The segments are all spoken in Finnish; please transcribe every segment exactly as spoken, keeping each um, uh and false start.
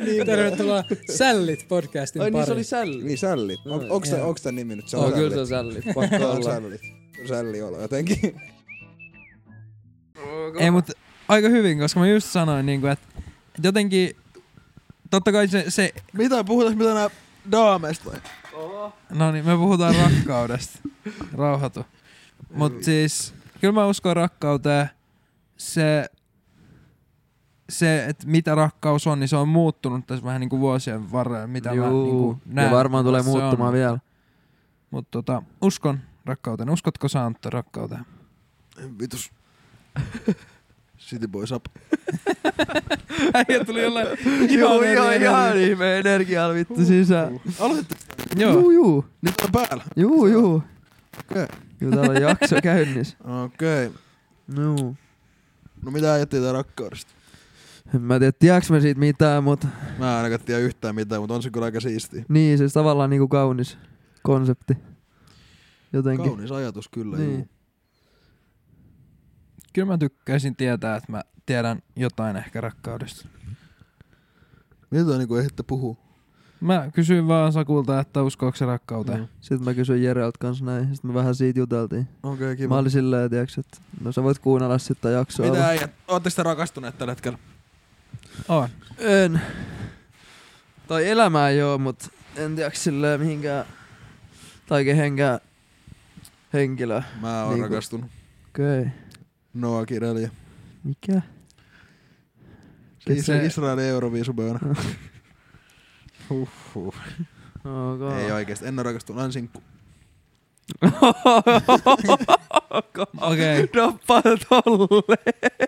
niin, tervetuloa Sällit podcastin Ai pariin. niin se oli Sällit. Niin Sällit. On, No, onks, tää, onks tän nimi nyt? Se on on kyllä Sällit. se on Sällit. Pakko On olla. Sällit. Sälli olo jotenkin. Ei, mut aika hyvin, koska mä just sanoin, niinku, että jotenkin, totta kai se, se Mitä, puhutaanko mitä nää daameista vai? no niin, me puhutaan rakkaudesta. Rauhoitu. Mut siis, kyllä mä uskon rakkauteen. Se, se että mitä rakkaus on, niin se on muuttunut tässä vähän niinku vuosien varrella, mitä Juu, mä niinku näen. ja varmaan tulee Se muuttumaan on. vielä. Mut tota, uskon rakkauteen. Uskotko sä, Antto, rakkauteen? Vitus. City Boys up. Äijä tuli jollain Joo, eri ihan, ihan energia. ihme energialla vittu sisään. Aloitte. Joo. Juu, juu. Nyt on päällä. Juu, juu. Okei. Okay. Juu, täällä on jakso käynnissä. Okei. Okay. Juu. No mitä ajattelit tää rakkaudesta? En mä tiedä, tiedäks mä siitä mitään, mut Mä en ainakaan tiedä yhtään mitään, mutta on se kyllä aika siistiä. niin, se tavallaan niinku kaunis konsepti. Jotenkin. Kaunis ajatus kyllä. Niin. Juu. Kyllä mä tykkäisin tietää, että mä tiedän jotain ehkä rakkaudesta. Mitä niinku ehditte puhua? Mä kysyin vaan Sakulta, että uskoako se rakkauteen. Joo. Sitten mä kysyin Jereltä kanssa näin, sitten me vähän siitä juteltiin. Okei, okay, kiva. Mä olin silleen, tiiäks, että no sä voit kuunnella sitä jaksoa. Mitä äijät? Ootteko te rakastuneet tällä hetkellä? On. En. Tai elämää joo, mut en tiedä silleen mihinkään tai kehenkään henkilöä. Mä oon Niinku- rakastunut. Okei. Okay. Noah Kireliä. Mikä? Se Se- se Israelin Euroviisuböönä. Huhhuh. Okay. Ei oikeesti, en oo rakastunut. Olen sinkku. Okei. Okay. Nappaa tolle.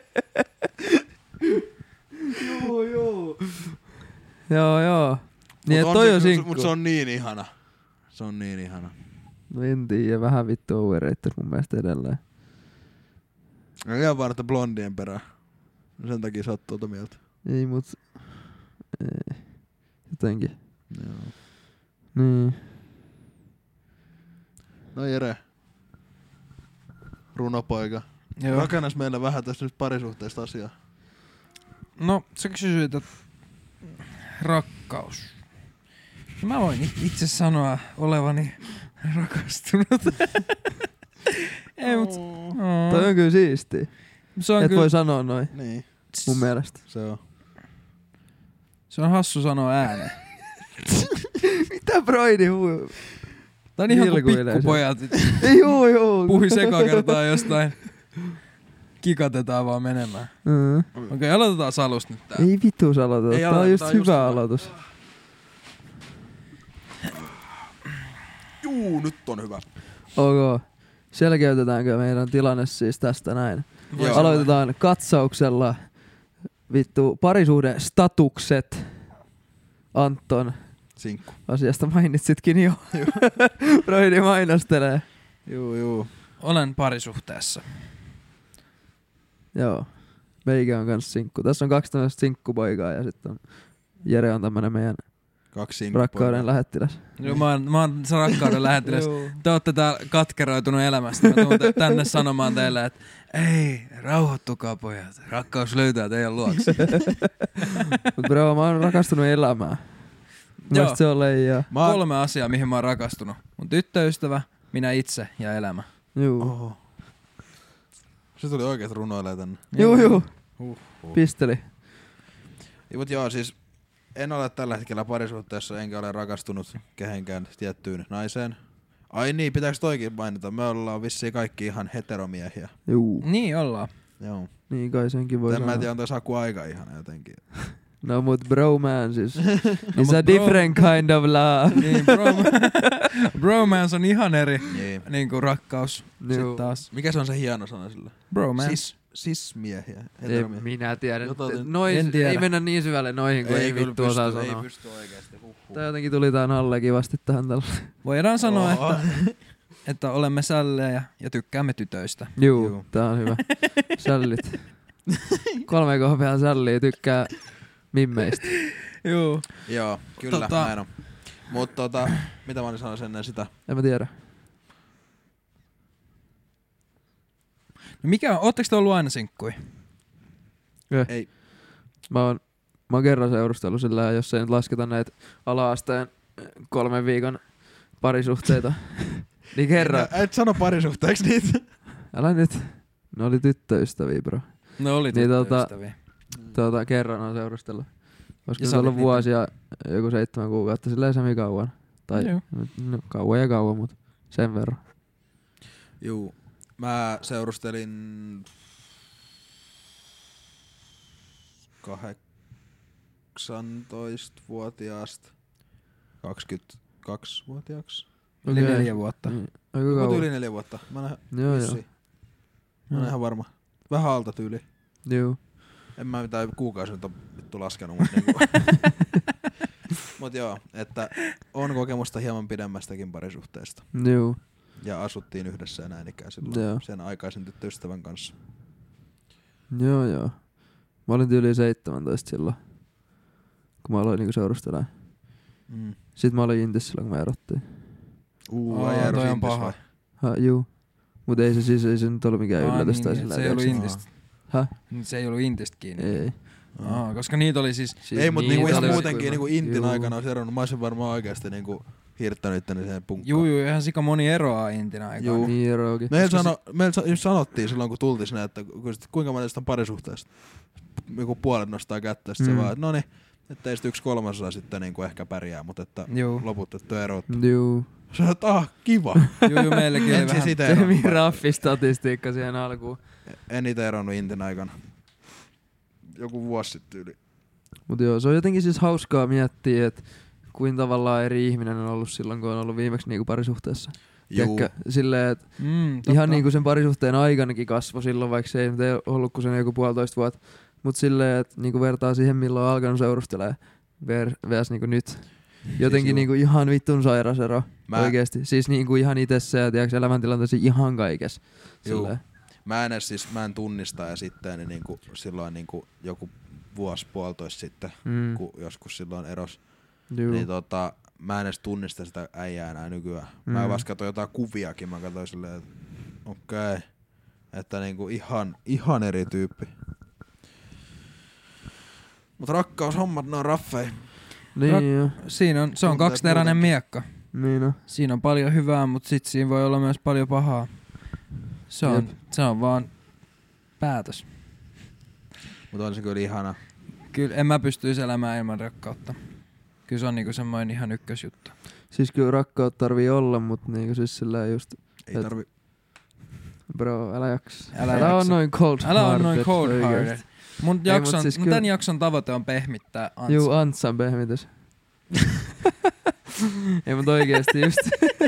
Joo, joo. Joo, joo. Niin, et toi on sinkku. Mut se on niin ihana. Se on niin ihana. No en tiiä, vähän vittu overrated mun mielestä edelleen. Mä ihan vaan, että blondien perään. Sen takia sä oot tuota mieltä. Ei mut... Ei. Jotenkin. Joo. Niin. No Jere. Runopoika. Joo. Rakennas meille vähän tästä nyt parisuhteista asiaa. No, sä kysyit, että rakkaus. No mä voin itse sanoa olevani rakastunut. Ei, mut... Oh. Toi on kyllä siistiä. Se on Et kyllä... voi sanoa noin, Niin, mun mielestä. se on. Se on hassu sanoa ääneen. Mitä broidi huu? Tää on ihan kuin Vilkuilee se. pikkupojat. Juu, juu. Puhui sekaan kertaa jostain. Kikatetaan vaan menemään. Mm. Okei, okay, aloitetaan alusta nyt tää. Ei vitus aloiteta. Ei Tää on aloiteta, just tää on hyvä just hyvä. aloitus. Juu, nyt on hyvä. Ok. Selkeytetäänkö meidän tilanne siis tästä näin? Joo. Aloitetaan katsauksella. Vittu, parisuhde statukset. Anton, Sinkku. asiasta mainitsitkin jo. Broidi mainostelee. Juu, juu. Olen parisuhteessa. Joo. Meikä on kans sinkku. Tässä on kaksi tämmöistä sinkkupoikaa ja sitten on Jere on tämmönen meidän Kaksi sinkku. rakkauden lähettiläs. Joo, mä oon, mä oon se rakkauden lähettiläs. Joo. Te ootte täällä katkeroitunut elämästä. Mä tuun te- tänne sanomaan teille, että ei, rauhoittukaa pojat. Rakkaus löytää teidän luokse. Mut bro, mä oon rakastunut elämään. Joo. Mielestäni se on leijaa. Mä oon... Kolme asiaa, mihin mä oon rakastunut. Mun tyttöystävä, minä itse ja elämä. Juu. Oho. Se tuli oikeesti runoilee tänne. Juu, juu. Huhhuh. Pisteli. Ja, mut joo, siis en ole tällä hetkellä parisuhteessa, enkä ole rakastunut kehenkään tiettyyn naiseen. Ai niin, pitääks toikin mainita? Me ollaan vissiin kaikki ihan heteromiehiä. Juu. Niin ollaan. Joo. Niin kai senkin voi En mä sanoa. tiedä, on toi Saku aika ihana jotenkin. No mut bro man siis. No, It's mut a bro- different kind of love. Niin, bro, bromance on ihan eri Niin. niin kuin rakkaus. Juu. Sitten taas. Mikä se on se hieno sana sillä? Bromance. Sis, sismiehiä. En Heteromiehiä. minä tiedä. Jotain- Nois, En tiedä. ei mennä niin syvälle noihin, kun ei, ei kyllä vittu osaa pysty, sanoa. Ei pysty oikeesti. Huhhuh. Tää jotenkin tuli tää nalle kivasti tähän tällä. Voidaan sanoa, Oho. että, että olemme sällejä ja tykkäämme tytöistä. Juu, Juu. tää on hyvä. Sällit. Kolme kohpeaa sälliä, tykkää mimmeistä. Joo. Joo, kyllä, Tota- näin on. Mut tota, mitä mä olin sanoa ennen sitä? En mä tiedä. No mikä on, ootteko te ollut aina sinkkui? Eh. Ei. Mä oon mä oon kerran seurustellut sillä, jos ei nyt lasketa näitä ala-asteen kolmen viikon parisuhteita. Niin kerran. No, et sano parisuhteeksi niitä. Älä nyt. Ne oli tyttöystäviä, bro. No oli Niin, tyttöystäviä. Tuota, kerran on seurustellut. Olisiko Ja se sä ollut olit vuosia, joku seitsemän kuukautta, silleen semi kauan. Tai Joo. no, kauan ja kauan, mut sen verran. Juu. Mä seurustelin kahdeksantoistavuotiaasta kaksikymmentäkaksivuotiaaksi. Yli Okei. neljä vuotta. Niin, aika Joku kauan. yli neljä vuotta. Mä en, Joo, joo. vissiin. Mä en ihan varma. Vähän alta tyyli. Joo. En mä mitään kuukausi nyt on vittu laskenut, mut niinku. Mut joo, että on kokemusta hieman pidemmästäkin parisuhteesta. Joo. Ja asuttiin yhdessä ja näin ikään silloin Joo. sen aikaisen tyttöystävän kanssa. Joo, joo. Mä olin yli seitsemäntoista silloin, kun mä aloin niinku seurustelemaan. Mm. Sitten mä olin intis silloin, kun me erottiin. Uu, Aa, ai eros toi on intis paha. vai? Ha, juu. Mut ei se siis, ei se nyt ollut mikään Aa, yllätys niin, tai niin, sillä se ei ollut tiiäks. intistä. Häh? Niin se ei ollut intistä kiinni. Ei. Aa, koska niitä oli siis... Siis Ei, mut niitä niinku ihan oli muutenkin kyllä. niinku intin Juu. aikana olisi eronnut. Mä olisin varmaan oikeesti niinku hirttänyt itteni siihen punkkaan. Juu, juu, ihan sika moni eroaa intin aikaan. Juu. Niin eroakin. Meillä, sano, meillä sa- just sanottiin silloin, kun tultiin sinne, että ku- sit kuinka monesta on parisuhteesta. Joku puolet nostaa kättä, sit Mm. se vaan, että noniin, että ei sit yksi kolmasosa sitten niinku ehkä pärjää, mutta että Juu. loput, että erot. Juu. Sä oot, ah, kiva. Juu, juu, meilläkin oli En siis vähän... ite Semi eronnut. raffi statistiikka siihen alkuun. En ite eronnut intin aikana. Joku vuosi sitten yli. Mut joo, se on jotenkin siis hauskaa miettiä, että kuinka tavallaan eri ihminen on ollut silloin, kun on ollut viimeksi niinku parisuhteessa. Juu. Tiedätkö, silleen, että Mm, totta. ihan niinku sen parisuhteen aikanakin kasvoi silloin, vaikka se ei nyt ei ollut kuin sen joku puolitoista vuotta. Mut silleen, että niinku vertaa siihen, milloin on alkanut seurustelemaan ver- versus niinku nyt. Jotenkin juu. niinku ihan vittun sairas ero Mä- oikeesti. Siis niinku ihan itessä ja tiiäks elämäntilanteessa ihan kaikessa. Juu. Silleen. Mä en edes siis, mä en tunnista ja sitten niin niinku, silloin niinku joku vuosi puolitoista sitten, Mm. kun joskus silloin eros, Juu. niin tota, mä en edes tunnista sitä äijää enää nykyään. Mm. Mä Mm. vasta katsoin jotain kuviakin, mä katsoin silleen, että okei, okay. Että niinku ihan, ihan eri tyyppi. Mut rakkaushommat, ne on raffei. Niin Rak- joo. Siinä on, se on Tunteet kaksiteräinen muutenkin. miekka. Niin on. Siinä on paljon hyvää, mutta sit siinä voi olla myös paljon pahaa. Se on, Jep. se on vaan päätös. Mut on se kyllä ihana. Kyllä en mä pystyisi elämään ilman rakkautta. Kyllä se on niinku semmoinen ihan ykkösjuttu. Siis kyllä rakkautta tarvii olla, mut niinku siis sillä just, Ei Et- tarvi. bro, älä jaksa. Älä älä jaksa. on noin cold Älä on hearted noin cold oikeesti. hearted. Mun, mut jakson, siis mun kyllä- tän jakson tavoite on pehmittää Antsa. Juu, Antsan pehmitys. Ei mut oikeesti just,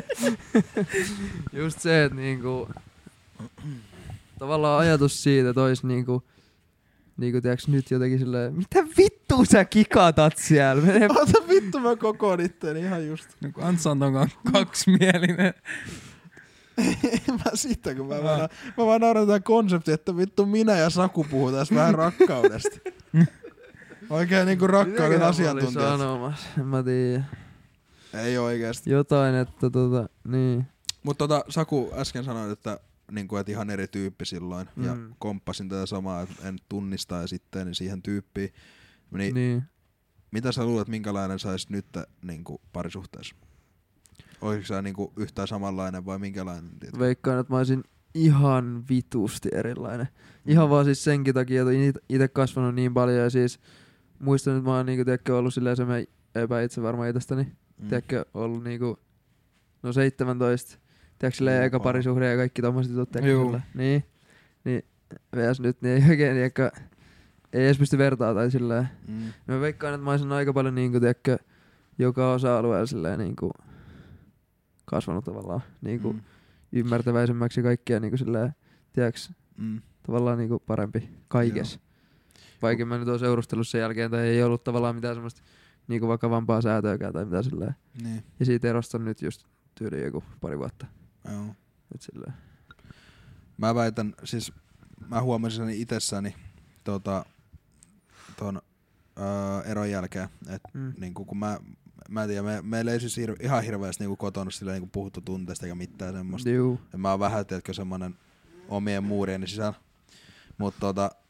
just se, että niinku, tavallaan ajatus siitä, että ois niinku, niinku tiiäks nyt jotenkin silleen, mitä vittua sä kikatat siellä? Mene Ota vittu, mä kokoon itteeni ihan just. No, kun Antsa on ton kaksimielinen. mä sitä, kun mä, vaan, mä vaan nauran tätä konseptia, että vittu minä ja Saku puhuu tässä vähän rakkaudesta. Oikein niinku rakkauden Mitäköhän mä olin asiantuntijat. sanomassa? En mä tiedä. Ei oikeesti. Jotain, että tota, niin. Mut tota, Saku äsken sanoi, että, niinku, että ihan eri tyyppi silloin. Mm. Ja Mm. komppasin tätä samaa, että en tunnista ja sitten niin siihen tyyppiin. Niin, Niin. mitä sä luulet, minkälainen sä olisit nyt niinku, parisuhteessa? Olisiko sä niinku, yhtään samanlainen vai minkälainen? Tiedätkö? Veikkaan, että mä olisin ihan vitusti erilainen. Ihan vaan siis senkin takia, että itse kasvanut niin paljon ja siis muistan, että mä oon niinku, tiedätkö, ollut silleen se me epäitse varmaan itsestäni. Mm. Tiedätkö, ollut niinku, no seitsemäntoista, tiedätkö, silleen Juu, eka paha. parisuhde ja kaikki tommoset jutut, tiedätkö, Juu. silleen. Niin, niin V S nyt, niin ei oikein, tiedätkö, ei edes pysty vertaa tai silleen. Mm. Mä veikkaan, että mä olisin aika paljon niinku, tiedätkö, joka osa-alueella silleen niinku kasvanut tavallaan niinku Mm. ymmärtäväisemmäksi ja kaikkia niinku silleen, tiedäks, Mm. tavallaan niinku parempi kaikessa. Vaikka mä nyt oon seurustellut sen jälkeen tai ei ollut tavallaan mitään semmoista niinku vakavampaa säätöäkään tai mitään silleen. Niin. Ja siitä erosta on nyt just tyyli joku pari vuotta. Joo. Et silleen. Mä väitän, siis mä huomasin sen itsessäni tota, ton öö, eron jälkeen, että Mm. niinku, kun mä, mä en tiedä, me, meillä ei siis hir- ihan hirveästi niinku kotona sillä niinku puhuttu tunteista eikä mitään semmoista. Juu. Ja mä oon vähän, tiedätkö, semmonen omien muurieni sisällä. Mut tota,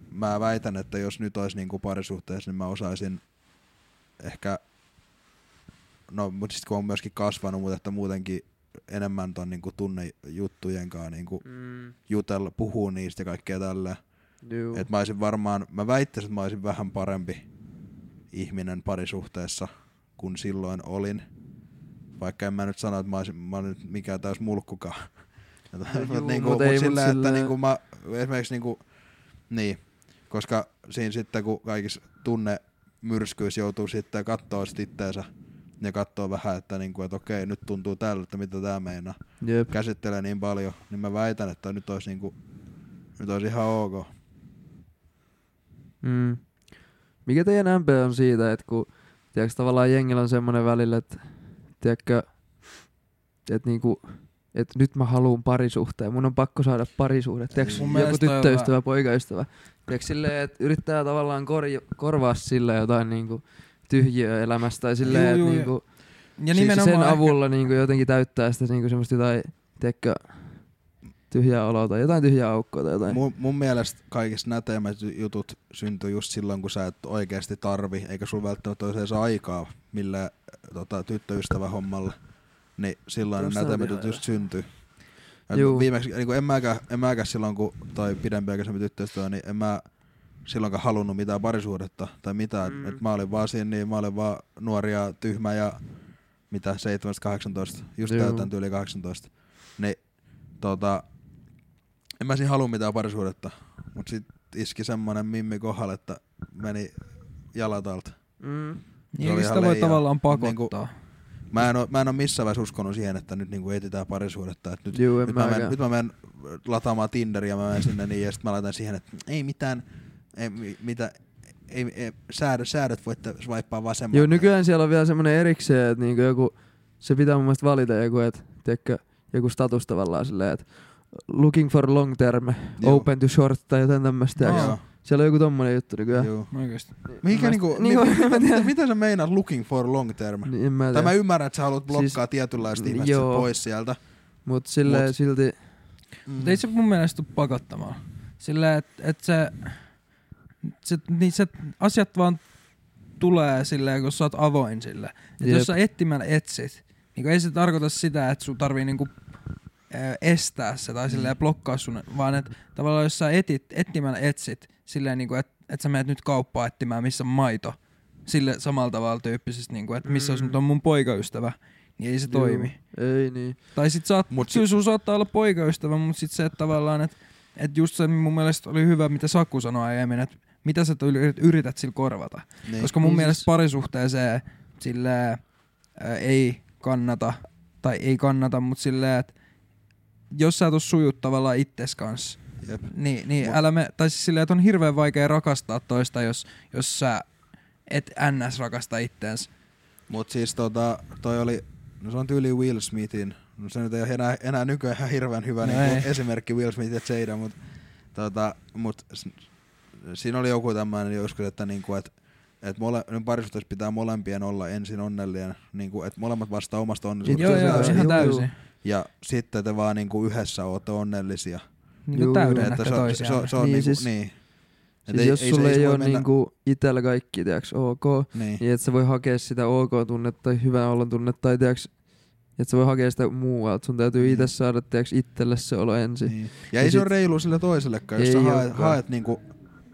mä väitän, että jos nyt olisi niinku parisuhteessa, niin mä osaisin ehkä, no mutta sit kun on myöskin kasvanut, mutta että muutenkin enemmän ton niinku tunnejuttujen kanssa niinku Mm. jutella, puhuu niistä ja kaikkea tälleen. Juu. Et mä olisin varmaan, mä väittäisin, että mä olisin vähän parempi ihminen parisuhteessa kuin silloin olin. Vaikka en mä nyt sano, että mä olisin, mä olen nyt mikään täys mulkkukaan. Juu, niinku, mut mut ei, silleen, mut että silleen- niinku mä esimerkiksi niinku, niin, koska siinä sitten kun kaikissa tunnemyrskyissä joutuu sitten kattoo sit itteensä ja kattoo vähän, että niinku, et okei, nyt tuntuu tällä, että mitä tää meinaa. Jep. Käsittelee niin paljon, niin mä väitän, että nyt olisi niinku, nyt olisi ihan ok. Mm. Mikä teidän M P on siitä, että kun tiedätkö, tavallaan jengillä on semmoinen välillä, että tiedätkö, että niinku, että nyt mä haluun parisuhteen, mun on pakko saada parisuhde. Tiedätkö, Mun joku mielestä toi on tyttöystävä, poikaystävä. Tiedätkö, silleen, että yrittää tavallaan korja- korvaa sille jotain niinku tyhjiöä elämästä tai silleen, Juu, että juu, niinku, Ja siis nimenomaan sen ehkä- avulla niinku jotenkin täyttää sitä niinku semmoista jotain, tiedätkö, tyhjää oloa tai jotain tyhjää aukkoa tai jotain. Mun, mun mielestä kaikista näteimmät jutut syntyy just silloin, kun sä et oikeasti tarvi, eikä sulla välttämättä ole edes aikaa millään tota, tyttöystävä hommalle. Niin silloin Just näteimmät ihan jutut just syntyy. Et Juu. viimeksi, niin kuin en, mäkään, en mäkään silloin, kun toi pidempiaikaisempi tyttöystävä, niin en mä silloinkaan halunnut mitään parisuhdetta tai mitään. Mm. Mm. Et mä olin vaan siinä, niin mä olin vaan nuori ja tyhmä ja mitä, seitsemäntoista kahdeksantoista, just Juu. täytän yli kahdeksantoista. Niin tota, en mä siinä halua mitään parisuhdetta, mut sit iski semmonen mimmi kohdalle, että meni jalat alta. Mm. Se oli Niin, ihan sitä voi leijaa. tavallaan Niinku, pakottaa. Mä en oo, mä en oo missään vaiheessa uskonut siihen, että nyt niinku etsitään parisuhdetta. Et nyt, Juu, en nyt, mä menen, mäkään. nyt mä menen lataamaan Tinderiä, mä menen sinne niin, ja sit mä laitan siihen, että ei mitään, ei, mi- mitä, ei, ei säädöt, säädöt voitte swipea vasemmalle. Joo, nykyään siellä on vielä semmonen erikseen, että niinku joku, se pitää mun mielestä valita joku, että tiedätkö, joku status tavallaan silleen, että looking for long term, Joo. open to short tai jotain tämmöstä. Joo. Joo. Siellä on joku tommonen juttu nykyään. Joo. Oikeesti. Mikä Mä- niinku, niinku, mi- en mä mitä, tiedä. mitä, mitä sä meinaat looking for long term? Niin, en mä Tai tiedä. mä ymmärrän, että sä haluat blokkaa Siis- siis, tietynlaista niin, ihmistä joo. pois sieltä. Mut silleen Mut- silti, Mutta ei se mun mielestä tuu pakottamaan. Silleen, että et se, se, niin se asiat vaan tulee silleen, kun sä oot avoin sille. Et Jep. jos sä etsimällä etsit, niin ei se tarkoita sitä, että sun tarvii niinku ää, estää se tai silleen blokkaa sun, vaan että tavallaan jos sä etit, etsimällä etsit, silleen niinku, että et sä menet nyt kauppaan etsimään, missä on maito, sille samalla tavalla tyyppisesti, niinku, että missä Mm. mm. on mun poikaystävä, niin ei se juu, toimi. ei niin. Tai sit saat, Mut mut sit- sit, sun saattaa olla poikaystävä, mutta sit se, että tavallaan, että et just se mun mielestä oli hyvä, mitä Saku sanoi aiemmin, että mitä sä yrität, yrität sillä korvata. Niin. Koska mun Niin mielestä siis- parisuhteeseen silleen ää, ei kannata, tai ei kannata, mutta silleen, että jos sä et oo sujut tavallaan itses kanssa, Jep. niin, niin Mut- älä me, tai siis silleen, että on hirveän vaikea rakastaa toista, jos, jos sä et ns rakasta itteens. Mut siis tota, toi oli, no se on tyyli Will Smithin, no se nyt ei ole enää, enää nykyään ihan hirveän hyvä No niin ei. esimerkki Will Smith ja Jada, mut, tota, mut s- siinä oli joku tämmöinen joskus, että niinku, et, et mole, nyt parisuhteessa pitää molempien olla ensin onnellinen, niinku, että molemmat vastaa omasta onnellisuudesta. Joo, joo, tosiaan, ihan juu, juu. täysin. Ja sitten te vaan niinku yhdessä ootte onnellisia. Niin Juu, kuin juu. täydennätte se, on- se, toisiaan. on- se on Niin, niinku, siis- niin. Et Siis jos ei sulle se- ei, se oo voi mennä- niinku itellä kaikki, tiiäks, ok, Niin. niin että sä voi hakea sitä ok-tunnetta tai hyvän olon tunnetta tai tiiäks, että sä voi hakea sitä muualta. Sun täytyy Niin. itse saada tiiäks itselle se olo ensin. Niin. Ja, Ja ei se sit- ole reilu sille toisellekaan, jos Ei sä haet, olekaan. haet niinku,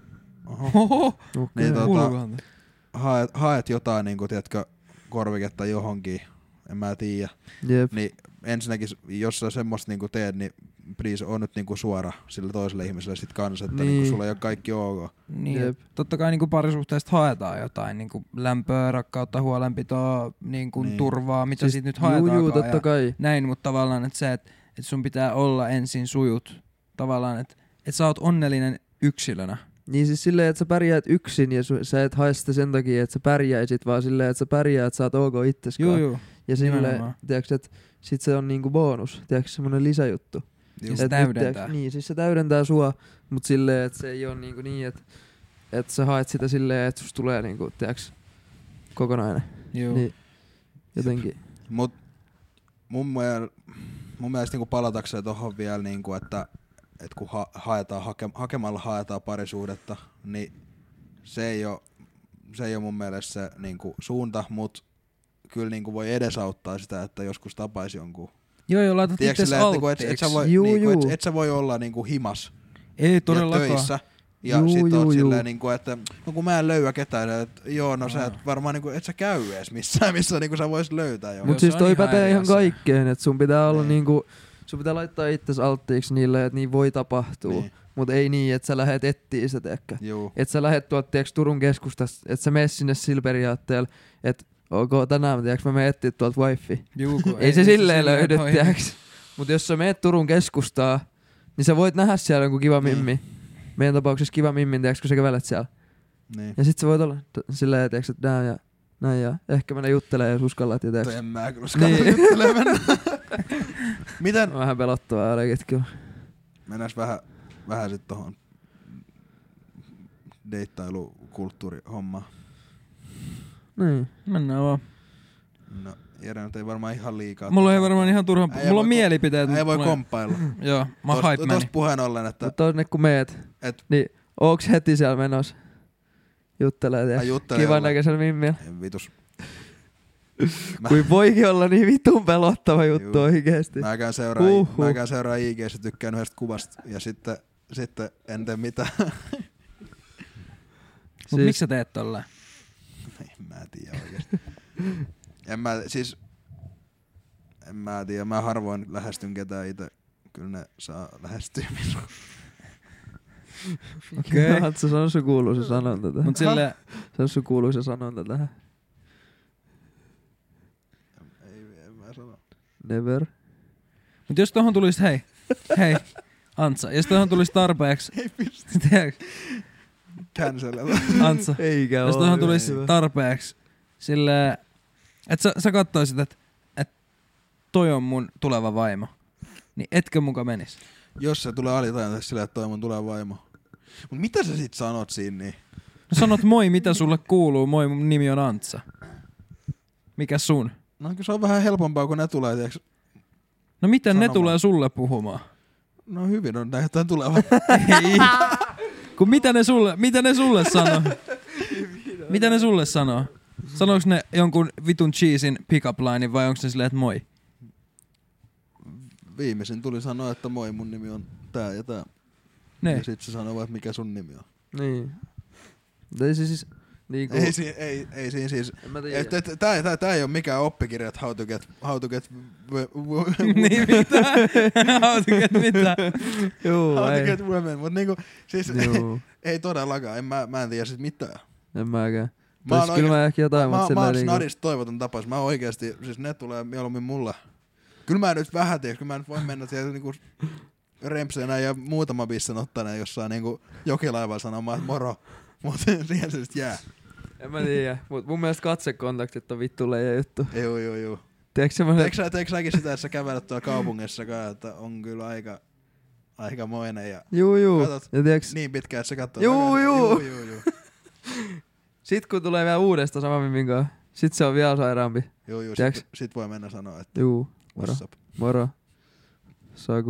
oho, Oho, Okay. Niin, tota- ulkoilta. haet, haet jotain niinku, tiedätkö, korviketta johonkin, en mä tiedä. Jep. Niin ensinnäkin, jos sä semmoista niinku teet, niin please on nyt niinku suora sille toiselle ihmiselle sit kanssa, että Niin. niinku sulla ei ole kaikki ok. Niin, Jep. totta kai niinku parisuhteesta haetaan jotain niinku lämpöä, rakkautta, huolenpitoa, niinku Niin. turvaa, mitä Siis siitä nyt Juu, haetaankaan. juu, totta ja kai. näin, mutta tavallaan että se, että et sun pitää olla ensin sujut. Tavallaan, että et sä oot onnellinen yksilönä. Niin siis silleen, että sä pärjäät yksin ja su- sä et hae sitä sen takia, että sä pärjäisit, vaan silleen, että sä pärjäät, sä oot ok itseskaan. Juu, juu. Ja silleen, nimenomaan. tiiäks, että sit se on niinku bonus, tiiäks, semmonen lisäjuttu. Ja Juu. se Et nyt, täydentää. tiiäks, niin, siis se täydentää sua, mut silleen, että se ei oo niinku niin, että et sä haet sitä silleen, että susta tulee niinku, tiiäks, kokonainen. Juu. Niin, jotenkin. Mut mun, miel, mun mielestä niinku palatakseen tohon vielä, niinku, että että kun ha- haetaan, hake- hakemalla haetaan parisuhdetta, niin se ei ole, se ei ole mun mielestä se niinku suunta, mutta kyllä niinku voi edesauttaa sitä, että joskus tapaisi jonkun. Joo, joo, laitat Tiedätkö itses silleen, että kun et, et, alttiiksi. sä voi, Juu, niinku, et, juu. et sä voi olla niinku himas Ei ja todellakaan. töissä. Ja Juu, sit juu, oot juu. silleen niinku, että no kun mä en löyä ketään, että joo, no sä et varmaan niinku, et sä käy edes missään, missä niinku sä vois löytää jonkun. Mut Joo, siis se on toi ihan pätee eri ihan asia. kaikkeen, että sun pitää olla Niin. niinku, sun pitää laittaa itses alttiiksi niille, että niin voi tapahtua. Niin. Mut ei niin, että sä lähet ettiin sitä, teekkä. Juu. Et sä lähet tuolta, tiiäks, Turun keskustasta, että sä mees sinne sillä periaatteella, että ok, tänään, tiiäks, mä menen etsiä tuolta wifi. Juu, kun Ei se silleen löydy, toimi. tiiäks. Mut jos sä meet Turun keskustaa, niin sä voit nähdä siellä jonkun kiva Niin. mimmi. Meidän tapauksessa kiva mimmin, tiiäks, kun sä kävelet siellä. Niin. Ja sit sä voit olla t- silleen, tiiäks, että näin ja näin ja ehkä mennä juttelemaan, jos uskallat, ja tiiäks. En mä kyllä uskalla Niin. juttelemaan. Miten? Vähän pelottavaa ainakin, kyllä. Mennääs vähän, vähän sit tohon deittailukulttuurihommaan. Niin. Mennään vaan. No, Jere nyt ei varmaan ihan liikaa. Mulla ei varmaan ihan turha... Äijä Mulla on voi ko- mielipiteet. Ei mut voi mulla komppailla. Joo, mä oon Tosta- hype meni. Tosta puheen ollen, että Mutta tonne kun meet, Et- niin ooks heti siellä menossa? Juttelee, Ai tiiäks. juttelee Kivan jollain. näköisellä mimmillä. en vitus. Mä, Kuin voikin olla niin vitun pelottava juttu Juu. oikeesti. mä käyn seuraa, Huhhuh. mä käyn seuraa I G:ssä, tykkään yhdestä kuvasta ja sitten, sitten en tee mitään. Mut Siis- miksi sä teet tolleen? En mä tiedä oikeesti. En mä, siis, en mä tiedä, mä harvoin lähestyn ketään itse. Kyllä ne saa lähestyä minua. Okei. Okay. Se on sun kuuluisa sanonta tähän. Mut silleen... Se on sun kuuluisa sanonta tähän. Ei, en mä sano. Never. Mut jos tohon tulis, hei, hei, Antsa, jos tohon tulis tarpeeksi, Ei pysty. tiedätkö, Cancelella. Antsa, Eikä jos oo tohon hyvä. tulis tarpeeksi, silleen, että sä, sä kattoisit, että et toi on mun tuleva vaimo, niin etkö muka menis? Jos se tulee alitajunta silleen, että toi mun tulee vaimo. Mut mitä sä sit sanot siinä niin? No sanot moi, mitä sulle kuuluu, moi, mun nimi on Antsa. Mikä sun? No kyllä se on vähän helpompaa, kun ne tulee, tiiäks. No miten ne Sanomaan. tulee sulle puhumaan? No hyvin on näin, jotain tuleva. Ei. Kun mitä ne sulle, mitä ne sulle sanoo? Mitä ne sulle sanoo? Sanooko ne jonkun vitun cheesin pick-up linein vai onko ne silleen, että moi? Viimeisin tuli sanoa, että moi, mun nimi on tää ja tää. Ne. Ja sit se sanoo vaan, että mikä sun nimi on. Niin. Mutta ei se siis... Niinku... Ei, si- ei, ei siinä siis. En mä tiedä. Et, et, tää, tää, tää ei oo mikään oppikirja, että how to get, how to get, w- w- Niin mitä? Hautuket mitä? Juu, how to ei. get women, mut niinku, siis Juu. ei todellakaan, en mä, mä en tiedä sit mitään. En mäkään. Mä oon Tois kyllä mä ehkä jotain, Mä, mutta mä oon silleen niinku... snadista toivoton tapaus. Mä oikeesti, siis ne tulee mieluummin mulle. Kyllä mä nyt vähän tiedä, kyllä mä nyt voin mennä siellä niinku rempseenä ja muutama bissen ottaneen jossain niinku jokilaivalla sanomaan, että moro. Mut siihen se sit jää. En mä tiedä, mut mun mielestä katsekontaktit on vittu leija juttu. Joo, joo, joo. Tiedätkö semmoinen... Teekö sä, teekö säkin sitä, että sä kävelet tuolla kaupungissakaan, että on kyllä aika, aikamoinen ja Juu, juu. Katot Ja tiedätkö... niin pitkään, että sä katsoo Juu, takaisin. juu. Juu, juu, juu. Sit kun tulee vielä uudesta sama mimmin kanssa, sit se on vielä sairaampi. Juu, juu. Tiedätkö? Sit, sit voi mennä sanoa, että Juu, moro. what's up. Moro. Saku.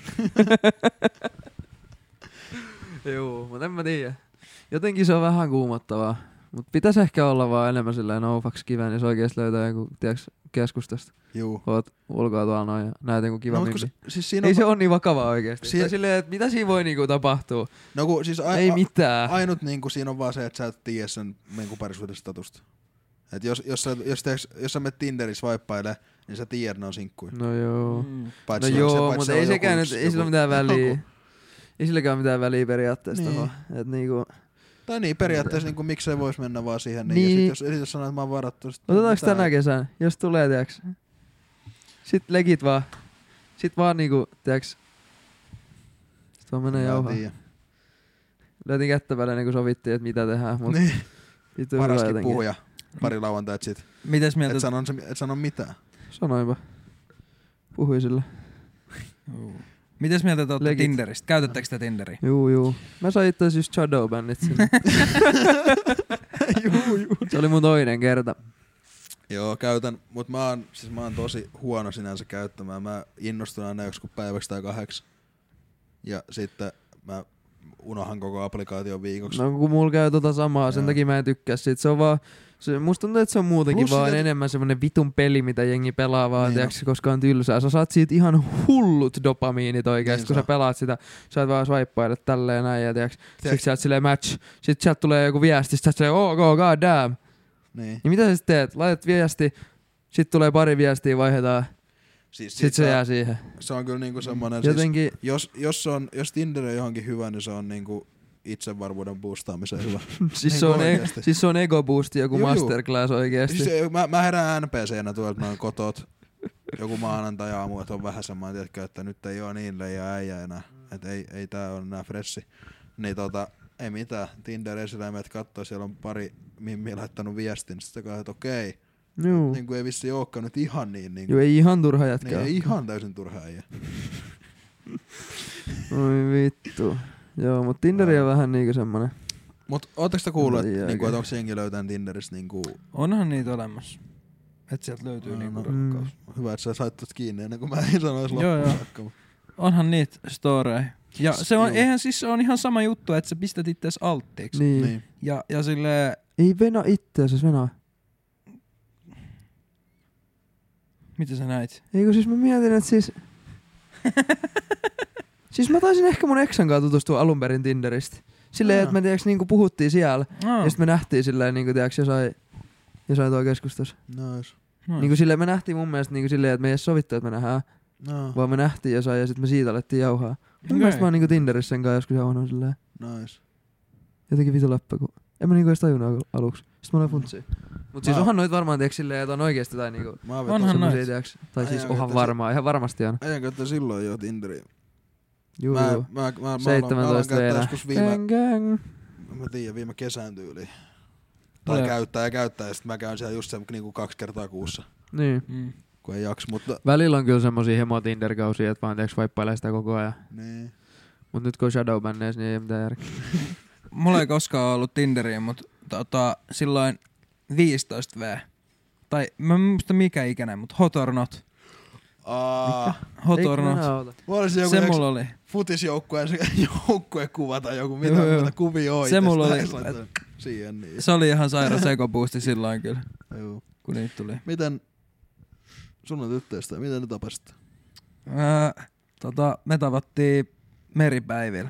Juu, mut en mä tiedä. Jotenkin se on vähän kuumottavaa. Mut pitäis ehkä olla vaan enemmän silleen no fucks kiven, jos oikeesti löytää joku, tiiäks, keskustasta. Juu. Oot ulkoa tuolla noin ja näet joku kiva No, mut mimmi. kun se, siis siinä Ei on, se on niin vakavaa oikeesti. Si- Tai silleen, että mitä siinä voi niinku tapahtua? no kun siis a, Ei a, mitään. ainut niinku siinä on vaan se, että sä et tiedä sen niinku parisuhdestatusta. Et jos, jos, sä, jos, teeks, jos sä menet Tinderissä vaippailee, niin sä tiedät, ne on sinkkuja. No joo. Mm. Paitsi No jos se- joo, paitsi mutta se ei on sekään joku nyt, yksi- ei sillä joku- mitään väliä. joku- Ei silläkään mitään väliä periaatteessa Niin. tohon. Et niinku... Tai niin, periaatteessa niinku, miksei vois mennä vaan siihen. Niin. Niin. Ja sit jos, sit jos sanoo, että mä oon varattu. Sit Otetaanko mitään- tänä kesänä, jos tulee, tiiäks? Sit legit vaan. Sit vaan niinku, tiiäks? Sit vaan menee Mä en jauhaa. tiedä. Löytiin kättä väliin, niin kun sovittiin, että mitä tehdään. Mut Niin, vittu hyvä paraskin jotenkin. puhuja. Pari lauantait sit. Mitäs mieltä? Et sano, et sano mitään. Sanoinpa. Puhui sillä. Mitäs mieltä te ootte Legit. Tinderistä? Käytättekö te Tinderiä? Juu, juu. Mä sain itse asiassa just Shadowbannit sinne. juu, juu. Se oli mun toinen kerta. Joo, käytän, mut mä oon, siis mä oon tosi huono sinänsä käyttämään. Mä innostun aina joskus päiväksi tai kahdeksi. ja sitten mä unohan koko applikaation viikoksi. No kun mulla käy tota samaa, sen Joo. takia mä en tykkää siitä. Se on vaan, se, musta tuntuu, että se on muutenkin Plus vaan sitä- enemmän semmonen vitun peli, mitä jengi pelaa vaan, Niin tiiäks, koska on tylsää. Sä saat siitä ihan hullut dopamiinit oikeesti, Niin kun saa. sä pelaat sitä. Sä oot vaan swipeilet tälleen näin ja tiiäks, Tiiäks- sit sieltä silleen match. Sit sieltä tulee joku viesti, sit sä oot silleen, oh, oh god damn. Niin. Ja mitä sä sit teet? Laitat viesti, sit tulee pari viestiä, vaihdetaan, Siis sit se jää siihen. se on kyllä niinku semmonen, siis, Jotenkin, jos, jos, se on, jos Tinder on johonkin hyvä, niin se on niinku itsevarmuuden boostaamiseen hyvä. siis, Niin se on, e- oikeesti. siis se on ego boosti, joku Juu, juu. masterclass oikeesti. Siis, se- mä, mä herään N P C:nä tuolta noin kotot joku maanantai-aamu, että on vähän semmoinen, tiedätkö, että nyt ei oo niin leija äijä enää. Että ei, ei tää ole enää fressi. Niin tota, ei mitään. Tinder esillä meidät kattoo, siellä on pari mimmiä laittanut viestin. Sitten kai, että okei. Juu. Niin kuin ei vissi ookaan nyt ihan niin. niin Joo, ei ihan turha niin jätkää. ei ihan täysin turha äijä. Oi vittu. Joo, mut Tinderi on vähän niinku semmonen. Mut ootteko te kuullut, Ei että niinku, oikein. et onko jengi löytänyt Tinderistä niinku... Onhan niitä olemassa. Et sieltä löytyy No, niinku no. rakkaus. Hyvä, että sä sait tot kiinni ennen kuin mä en sanois Joo, loppuun joo. saakka. mut- Onhan niitä storeja. Ja se on, Joo. eihän siis se on ihan sama juttu, että sä pistät ittees alttiiksi. Niin. Niin. Ja, ja silleen, Ei venaa itteensä, venaa. mitä sä näit? Eikö siis mä mietin, että siis... siis mä taisin ehkä mun eksän kanssa tutustua alun perin Tinderistä. Silleen, Aa. että me tiiäks niinku puhuttiin siellä. Oh. Ja sit me nähtiin silleen niinku tiiäks jossain... Jossain tuolla keskustassa. Nice. no. Niinku silleen me nähtiin mun mielestä niinku silleen, että me ei edes sovittu, että me nähdään. No, Vaan me nähtiin jossain ja sit me siitä alettiin jauhaa. Mun Okei. mielestä mä oon niinku Tinderissä sen kanssa joskus jauhanut silleen. nice. Jotenkin vitu läppä, kun... En mä niinku edes tajunnut al- aluksi. Sit mä olen funtsia. Mut siis Mä- onhan noit varmaan tiiäks silleen, että on oikeesti tai niinku... Mä Onhan vetäsin, noit. semmosia tiiäks... Tai siis Ajan onhan käyttäisi- varmaan, ihan varmasti on. ajan että silloin jo Tinderiin. Juu, Mä, juu. mä, mä, mä, aloin, mä aloin seitsemäntoista käyttää vielä. joskus viime, Gang, gang. mä tiedän, viime kesän tyyliin. Tai Mulla- käyttää ja käyttää, ja sit mä käyn siellä just se niinku kaksi kertaa kuussa, Niin. Mm. kun ei jaksa, mutta Välillä on kyllä semmosia hemo Tinder-kausia, että vaan tiiäks vaippailee sitä koko ajan. niin. Mut nyt kun on shadowbanneis, niin ei mitään järkeä. Mulla ei koskaan ollut Tinderiä, mutta tota, silloin viisitoista vuotta. Tai mä en muista mikä ikäinen, mutta Hot or Not. Aa, Hot Eikö or mä Not. nauta? mulla oli se joku Se tiiäks, mulla oli. futisjoukkueen se joukkuekuva tai joku, mitä Joo, joo. muuta kuvia on. Se mulla itsestä, oli. ja laitan siihen niin. Se oli ihan sairas ekopuusti silloin kyllä, Joo. kun niitä tuli. Miten sun on tyttöistä, miten ne tapasit? Öö, tota, me tavattiin meripäivillä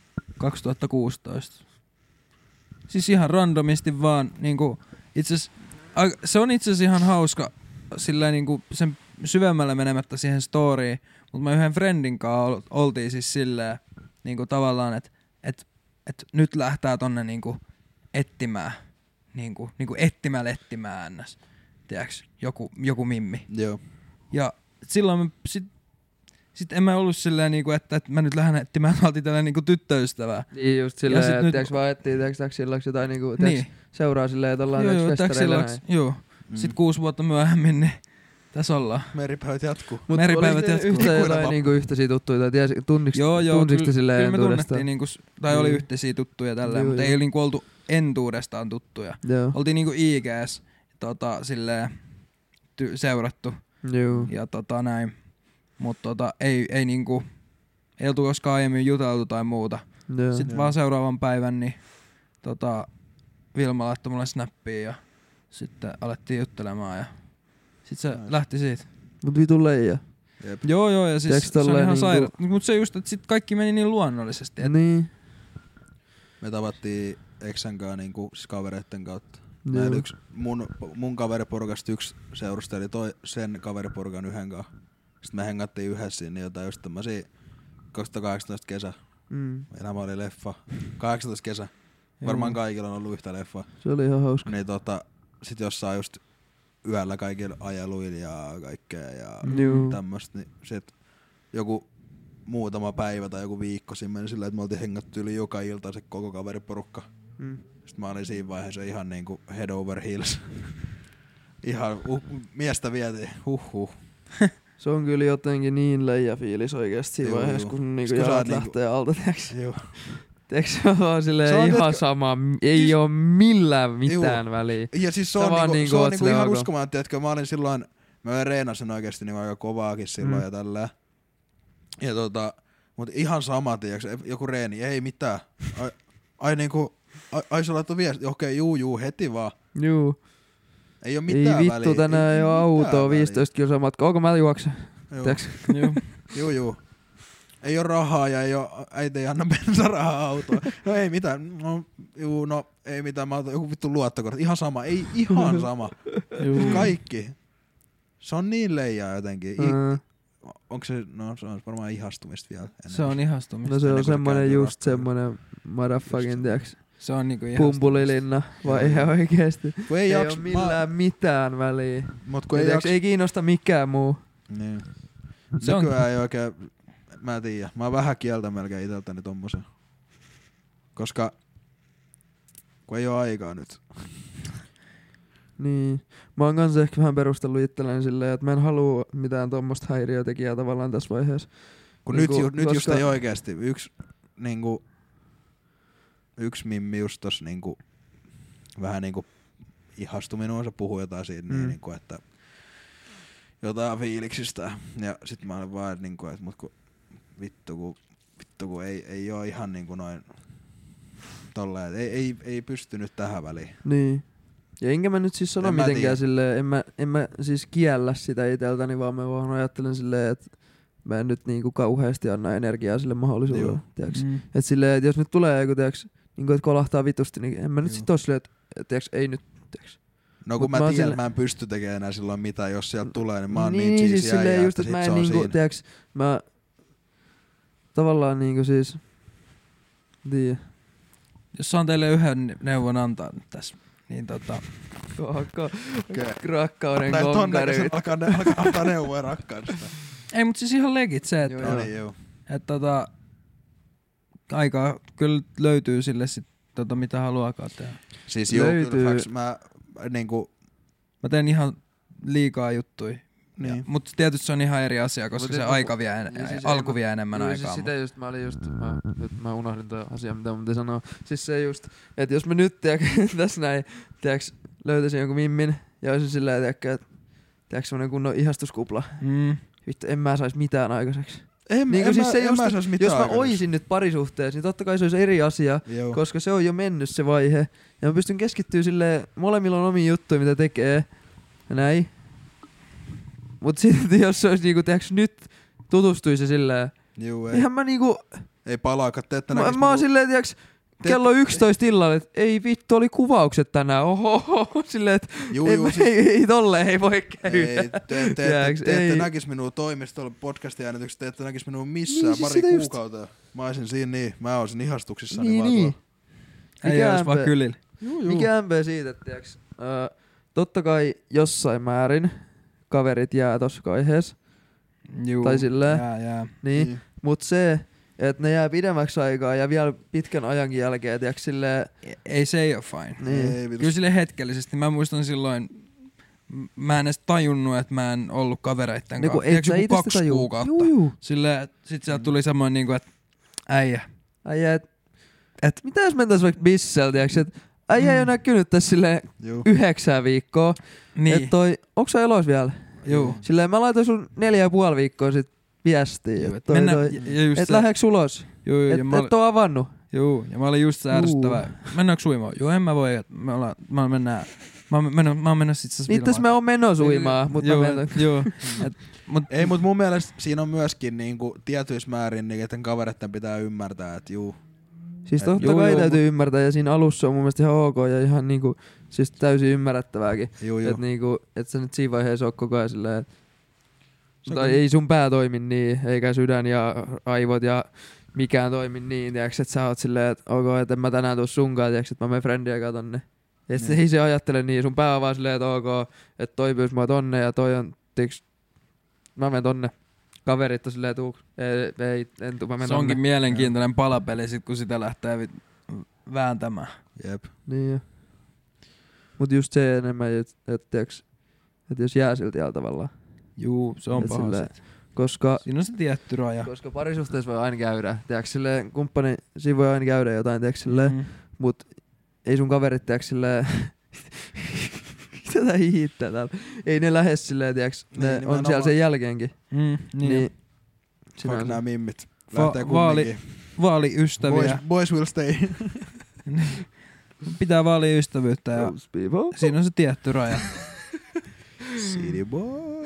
kaksituhattakuusitoista. Siis ihan randomisti vaan niinku itses, a- se on itse asiassa ihan hauska sillä niinku sen syvemmälle menemättä siihen storyin, mutta mä yhden friendin kanssa ol- oltiin siis silleen niinku tavallaan, että et, et nyt lähtää tonne niinku ettimään, niinku, niinku ettimällä ettimään ns. Tiedäks, joku, joku mimmi. Joo. Ja silloin mä sit, sit en mä ollut silleen niinku, että, että mä nyt lähden etsimään, mä oltiin tällainen niinku tyttöystävää. Niin just Ja silleen, sit että nyt- tiiäks vaan etsii tiiäks taksillaksi jotain niinku, tiiäks Niin. seuraa silleen, että ollaan Joo, tiiäks joo, festareilla taksillaksi. näin. Joo. Mm. Sitten kuusi vuotta myöhemmin, niin tässä ollaan. Meripäivät jatkuu. Mut Meripäivät oliko teillä jatkuu. yhtä Ikuinen jotain vappu. niinku yhteisiä tuttuja, tai ties, tunniks, Joo, joo, tunsiks te kyllä, silleen kyllä me entuudestaan? tunnettiin, niinku, s- tai oli Niin. yhteisiä tuttuja tälleen, Joo, mutta joo. ei niinku oltu entuudestaan tuttuja. Joo, Oltiin niinku I G:s tota, silleen, ty- seurattu joo. ja tota näin. Mut tota, ei, ei niinku, ei oltu koskaan aiemmin juteltu tai muuta. Joo. Sitten Joo. vaan seuraavan päivän, niin tota, Vilma laittoi mulle snappia ja sitten alettiin juttelemaan ja sitten se Nice. lähti siitä. Mut vitun leija. Jep. Joo joo ja siis Tiedätkö se on tolleen ihan niinku- saira. Mut se just, että sit kaikki meni niin luonnollisesti. Et Niin. Me tavattiin eksän kanssa niinku, siis kavereitten kautta. Joo. Näin yksi, mun, mun kaveriporukasta yksi seurusteli toi sen kaveriporukan yhden kanssa. Sitten me hengattiin yhdessä niin jotain just tämmösiä kaksituhattakahdeksantoista kesä. Mm. Elämä oli leffa. kahdeksantoista kesä. Varmaan kaikilla on ollut yhtä leffa. Se oli ihan hauska. Niin tota, sit jossain just yöllä kaikilla ajeluilla ja kaikkea ja Juu. tämmöstä. Niin sit joku muutama päivä tai joku viikko siinä meni silleen, että me oltiin hengattu yli joka ilta se koko kaveriporukka. Mm. Sitten mä olin siinä vaiheessa ihan niinku head over heels. Ihan uh, miestä vietiin. Huhhuh. Se on kyllä jotenkin niin leija fiilis oikeesti siinä Joo, vaiheessa, joo. kun niinku Sit kun sä jalat oot niinku- lähtee alta, tiiäks? Joo. Tiiäks se on vaan silleen Se on ihan jotka- sama, m- ei Siis- oo millään mitään Juu. väliä. Ja siis se Sä on, vaan niinku, niinku se on oot niinku silleen ihan ok. uskomaton, että mä olin silloin, mä reenasin oikeesti niinku aika kovaakin silloin Mm. mm. ja tälleen. Ja tota, Mut ihan sama, tiiäks, joku reeni, ei mitään. Ai, ai niinku, ai, ai sä laittoi viesti, okei, juu, juu, heti vaan. Juu. Ei oo mitään Ei väliä. vittu, tänään ei oo autoa, viisitoista kilsaa matkaa. Onko mä juokse? Juu. Juu, juu. Ei oo rahaa ja ei oo, äiti ei anna bensarahaa autoa. No ei mitään, no, juu, no ei mitään, mä otan joku vittu luottokortti. Ihan sama, ei ihan sama. Juu. Kaikki. Se on niin leijaa jotenkin. I, Mm. onko se, no se on varmaan ihastumista vielä. Se on ihastumista. No se Ennen on kuin se semmonen kääntyy just rakkauden. semmonen motherfucking, tiiäks, Se on niinku ihastumista. pumpulilinna, vai ihan oikeesti. Kun ei, Ei, jaks, oo millään mitään väliä. mut kun Ei, ei, tiiäks, jaks, ei kiinnosta mikään muu. niin. Se on- Nykyään ei oikein, mä en tiedä. Mä oon vähän kieltä melkein iteltäni tommosen. Koska kun ei oo aikaa nyt. Niin. Mä oon kanssa ehkä vähän perustellut itselleni silleen, että mä en halua mitään tommosta häiriötekijää tavallaan tässä vaiheessa. Kun Niinku, nyt, ju, nyt just koska- ei oikeesti. Yksi niinku, yksi mimmi just tossa niinku, vähän niinku ihastui minuun, se puhui jotain siitä, Mm. niin, niinku, että jotain fiiliksistä. Ja sit mä olin vaan, että niinku, et, mut kun vittu kun, vittu kun ei, ei oo ihan niinku noin tolleen, ei, ei, ei pystynyt tähän väliin. Niin. Ja enkä mä nyt siis sano En mä mitenkään tiedä. silleen, en mä, en mä siis kiellä sitä iteltäni, vaan mä vaan ajattelen silleen, että mä en nyt niinku kauheasti anna energiaa sille mahdollisuudelle, Joo. tiiäks. Mm. Et silleen, että jos nyt tulee joku, tiiäks, niinku että kolahtaa vitusti, niin en mä nyt Joo. sit oo silleen, että et, tiiäks, ei nyt, tiiäks. No kun Mut mä, mä oon tiedän, sille- että mä en pysty tekemään enää silloin mitään, jos sieltä tulee, niin mä oon niin, niin siis cheesy silleen äijä, just, että että sit mä se en on niinku, siinä. tiiäks, mä tavallaan niinku siis, tiiä. Jos saan teille yhden neuvon antaa nyt tässä, niin tota... Koko Okei. rakkauden Tai tonne, konkari. kun se alkaa, ne, alkaa antaa neuvoja rakkaudesta. Ei, mut siis ihan legit se, että Joo, No niin, joo. et tota... Aika kyllä löytyy sille sit tota mitä haluaakaan tehdä. Siis joo, Löytyy. kyllä facts, mä niinku, Mä teen ihan liikaa juttuja. niin. Ja, mut tietysti se on ihan eri asia, koska Mut se et- aika vie, en, niin siis alku ei- vie enemmän Joo, aikaa. Siis mut- sitä just, mä olin just, mä, nyt mä unohdin tuo asia, mitä mun piti sanoa. Siis se just, että jos mä nyt tiedätkö, tässä näin, tiedätkö, löytäisin jonkun mimmin ja olisin silleen, tiedätkö, että tiedätkö, semmonen kunnon ihastuskupla. Mm. Vittu, en mä sais mitään aikaiseksi. En, Niin en, kuin siis mä, se en just, mä sais mitään jos mä aikaiseksi. oisin nyt parisuhteessa, niin totta kai se olisi eri asia, Joo. koska se on jo mennyt se vaihe. Ja mä pystyn keskittyä silleen, molemmilla on omia juttuja, mitä tekee. Ja näin. Mut sitten jos se olisi niinku, tiedätkö, nyt tutustuisi silleen, Juu, ei, ihan mä niinku, ei palaakaan, te ette mä, näkis mä oon minun- silleen, tiiäks, kello yksitoista illalla, että ei vittu, oli kuvaukset tänään, oho, silleen, että Juu, ei, juu, ei, siis, ei, ei tolleen ei voi käydä. ei, te, te, te, Tiedäks, te, te ette ei. näkis minua toimistolla podcastin äänityksessä, te ette näkis minua missään Niin, siis pari sitä just. kuukautta. Mä olisin siinä niin, mä olisin ihastuksissa. Niin, vaan niin. tuolla. Ei Mikä ois vaan MP? kylillä. Juu, juu. Mikä M P siitä, että tiiäks, ö, totta kai jossain määrin kaverit jää tossa vaiheessa, Juu. Tai silleen. Jää, jää. niin, Niin. mut se, että ne jää pidemmäksi aikaa ja vielä pitkän ajankin jälkeen, tiiäks, silleen, Ei se ei oo fine. niin. Ei, vitus. Kyllä sille hetkellisesti. Mä muistan silloin, m- mä en edes tajunnut, että mä en ollut kavereitten Niinku, kanssa. et sä joku ite sitä kaksi tajuu. kuukautta. Juu, juu. Silleen, et sit sieltä tuli semmoinen niinku, että äijä. Äijä, et, et mitä jos mentäis vaikka bissel, tiiäks, et äijä ei oo Mm. näkynyt tässä silleen Juu. yhdeksää viikkoa. Niin. Et toi, onks sä elois vielä? Juu. Silleen mä laitoin sun neljä ja puoli viikkoa sit viestiä, Juu, että et toi, mennä, toi, ja- ja just et se- lähdeks ulos, Juu, juu, et, ja mä, et oo avannut. juu, ja mä olin just se Juu. ärsyttävä. Mennäänkö uimaan? Joo, en mä voi. et Me ollaan, mä mennään. Mä oon mennyt, mä oon mennyt sit sas Itse mä oon menossa uimaan, mutta Joo, mä menen. joo. Et, mut, Ei, mut mun mielestä siinä on myöskin niinku tietyissä määrin, niin, että kavereiden pitää ymmärtää, että juu. Siis Et- totta Joo, kai joo, täytyy ymmärtää ja siinä alussa on mun mielestä ihan ok ja ihan niinku, siis täysin ymmärrettävääkin. Juu, juu. Että niinku, et sä nyt siinä vaiheessa oo koko ajan silleen, että Se on tai kun- ei sun pää toimi niin, eikä sydän ja aivot ja mikään toimi niin, tiiäks, että sä oot silleen, että ok, että en mä tänään tuu sunkaan, tiiäks, että mä menen friendiä katonne. Ja sit Niin. ei se ajattele niin, sun pää on vaan silleen, että ok, että toi pyys mua tonne ja toi on, tiiäks, mä menen tonne. Kaverit on silleen, tuu, ei, ei en tuu, mä menen se onkin tonne. mielenkiintoinen palapeli sit, kun sitä lähtee vit- vääntämään. Jep. Niin jo. Mut just se enemmän, että et, tiiäks, et jos jää silti jäällä tavallaan. Juu, se on Et paha silleen- sit. Koska Siinä on se tietty raja. Koska parisuhteessa voi aina käydä, tiiäks, silleen, kumppani, siinä voi aina käydä jotain, tiiäks, silleen, Mm. mut ei sun kaverit, tiiäks, silleen, mitä tää hiittää täällä, ei ne lähes silleen, tiiäks, ne Niin, on nimenomaan. siellä sen jälkeenkin, Mm, niin. niin, Niin. sinä Fuck on nää se. mimmit. lähtee vaali, kumminkin. vaaliystäviä. Boys, boys will stay. Pitää vaalia ystävyyttä ja Those people. siinä on se tietty raja. City boy.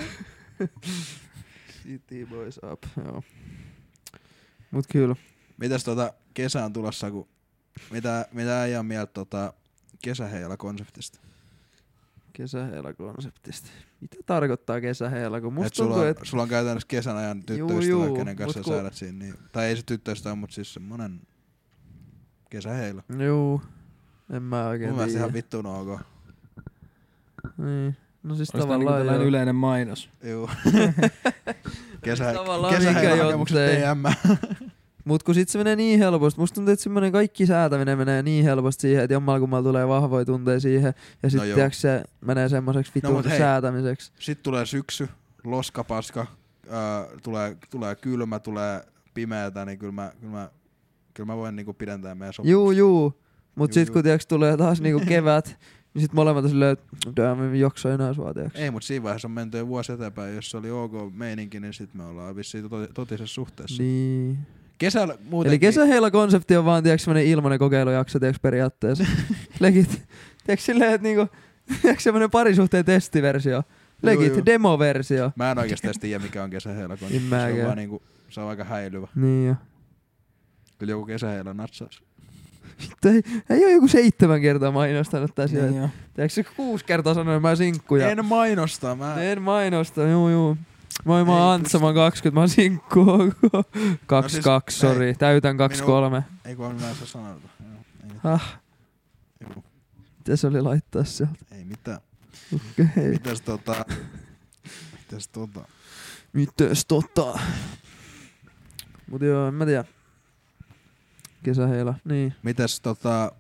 City boys up, joo. Mut kyllä. Mitäs tota kesä on tulossa, kun mitä, mitä äijä on mieltä tota kesäheila-konseptista? Kesäheila-konseptista. Mitä tarkoittaa kesäheila? Kun musta Et sulla, tuntuu, on, että sulla on käytännössä kesän ajan Juu, tyttöystävä, juu, kenen kanssa mut sä kun- säädät siinä. Niin, tai ei se tyttöystävä, mutta siis semmonen kesäheila. juu, en mä oikein Mun mielestä tiedä. ihan vittuun ok. Niin. No siis Olisi tää niinku tavallaan tällainen joo. yleinen mainos. Juu. Kesä, Tavallaan kesäheila-hakemukset mikä D M. Mut kun sit se menee niin helposti, musta tuntuu, että semmonen kaikki säätäminen menee niin helposti siihen, että jommalla kummalla tulee vahvoja tunteja siihen, ja sit No joo. tiiäks se menee semmoiseksi No vitun mut hei. säätämiseksi. Sitten tulee syksy, loskapaska, ää, tulee, tulee kylmä, tulee pimeätä, niin kyllä mä, kyllä mä, kyllä mä voin niinku pidentää meidän sopimusta. Juu, juu. Mut Juu, sit juu. kun tiiäks tulee taas niinku kevät, niin sit molemmat on silleen, että damn, en jaksa enää sua tiiäks. Ei, mutta siinä vaiheessa on menty jo vuosi eteenpäin. Jos se oli ok meininki, niin sitten me ollaan vissiin tot- totisessa suhteessa. Niin. Kesällä muutenkin... Eli kesäheila-konsepti on vaan tiiäks semmonen ilmanen kokeilujakso tiiäks periaatteessa. Legit. Tiiäks silleen, että niinku, tiiäks semmonen parisuhteen testiversio. Legit, Juu, juu. demoversio. Mä en oikeastaan tiedä, mikä on kesäheila. En Se on mäkään. vaan niinku, se on aika häilyvä. Niin jo. Kyllä joku kesäheila natsaus. Vittu, ei, ei oo joku seitsemän kertaa mainostanut tässä. Niin Niin joo. tiedätkö se kuusi kertaa sanoin, että mä sinkku. Ja En mainosta, mä... en mainosta, juu juu. Moi, mä Ei oon Antsa, mä oon kaksikymmentä, mä oon sinkku. Kaksi, siis, kaksi, sori. ei. Täytän kaksi, Minun- kolme. Ei kun mä en saa sanoa. Joo, ei mitään. Ah, Juu, mitä se oli laittaa sieltä? ei mitään. Okei. Okay. Mitäs tota... Mitäs tota... Mites tota? Mut joo, en mä tiedä. Kesäheila, niin. Mitäs tota...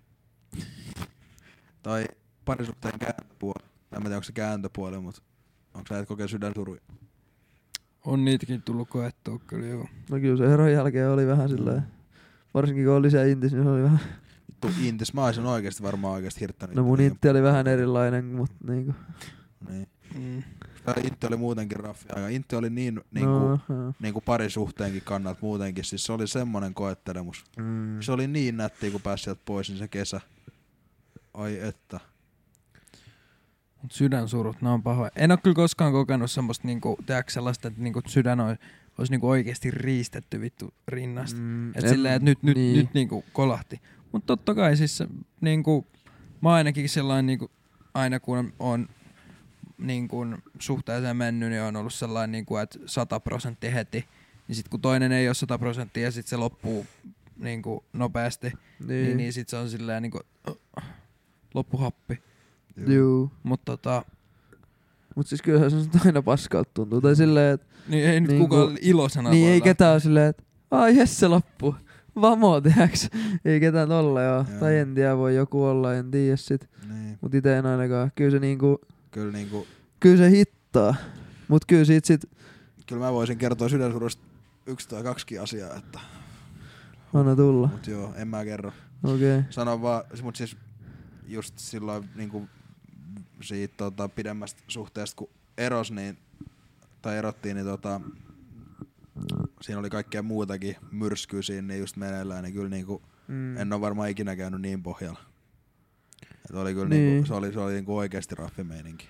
Tai parisuhteen kääntöpuoli. En mä tiedä, onko se kääntöpuoli, mut... Onko sä et kokea sydänsuruja? On niitäkin tullut koettua kyllä joo. No kyllä se eron jälkeen oli vähän silleen. Varsinkin kun oli siellä Intis, niin se oli vähän. Vittu intis, mä olisin oikeesti varmaan oikeesti hirttänyt. No mun niitä intti oli vähän erilainen, mut niinku. Niin. Mm. Tää Intti oli muutenkin raffi aika. Intti oli niin niinku, No, joo. niinku parisuhteenkin kannalta muutenkin. Siis se oli semmonen koettelemus. Mm. Se oli niin nättiä, kun pääsi sieltä pois, niin se kesä. Ai että. Mut sydänsurut, ne on pahoja. En oo kyllä koskaan kokenut semmoista niinku, tiedätkö sellaista, että niinku sydän olisi ois niinku oikeesti riistetty vittu rinnasta. Mm, Et en- silleen, että nyt, nyt, niin. nyt niinku kolahti. Mut totta kai siis se, niinku, mä ainakin sellainen niinku, aina kun on niinku, suhteeseen mennyt, niin on ollut sellainen, niinku, että sata prosenttia heti. Niin sit kun toinen ei ole sata prosenttia ja sit se loppuu niinku, nopeasti, niin, Niin, niin, niin sit se on silleen niinku, loppuhappi. Juu. Mut tota, Mut siis kyllähän se nyt aina paskalta tuntuu. Tai silleen, että niin ei nyt Niinku- kukaan iloisena niin voi ei lähteä. ketään ole silleen, että ai jes se loppu. Vamo, tiiäks. Ei ketään tolla joo. Joo. Tai en tiedä, voi joku olla, en tiedä sit. Niin. Mut ite en ainakaan. Kyllä se niinku, Kyllä niinku, kyllä se hittaa. Mut kyllä sit sit, kyllä mä voisin kertoa sydänsurusta yksi tai kaksikin asiaa, että... anna tulla. Mut joo, en mä kerro. Okei. Okay. Sanon vaan, mut siis just silloin niinku siitä tota, pidemmästä suhteesta kun eros, niin, tai erottiin, niin tota, siinä oli kaikkea muutakin myrskyä siinä niin just meneillään, niin kyllä niinku, Mm. en ole varmaan ikinä käynyt niin pohjalla. Et oli kyllä Niin. niinku, se oli, se oli niinku oikeesti raffi meininki.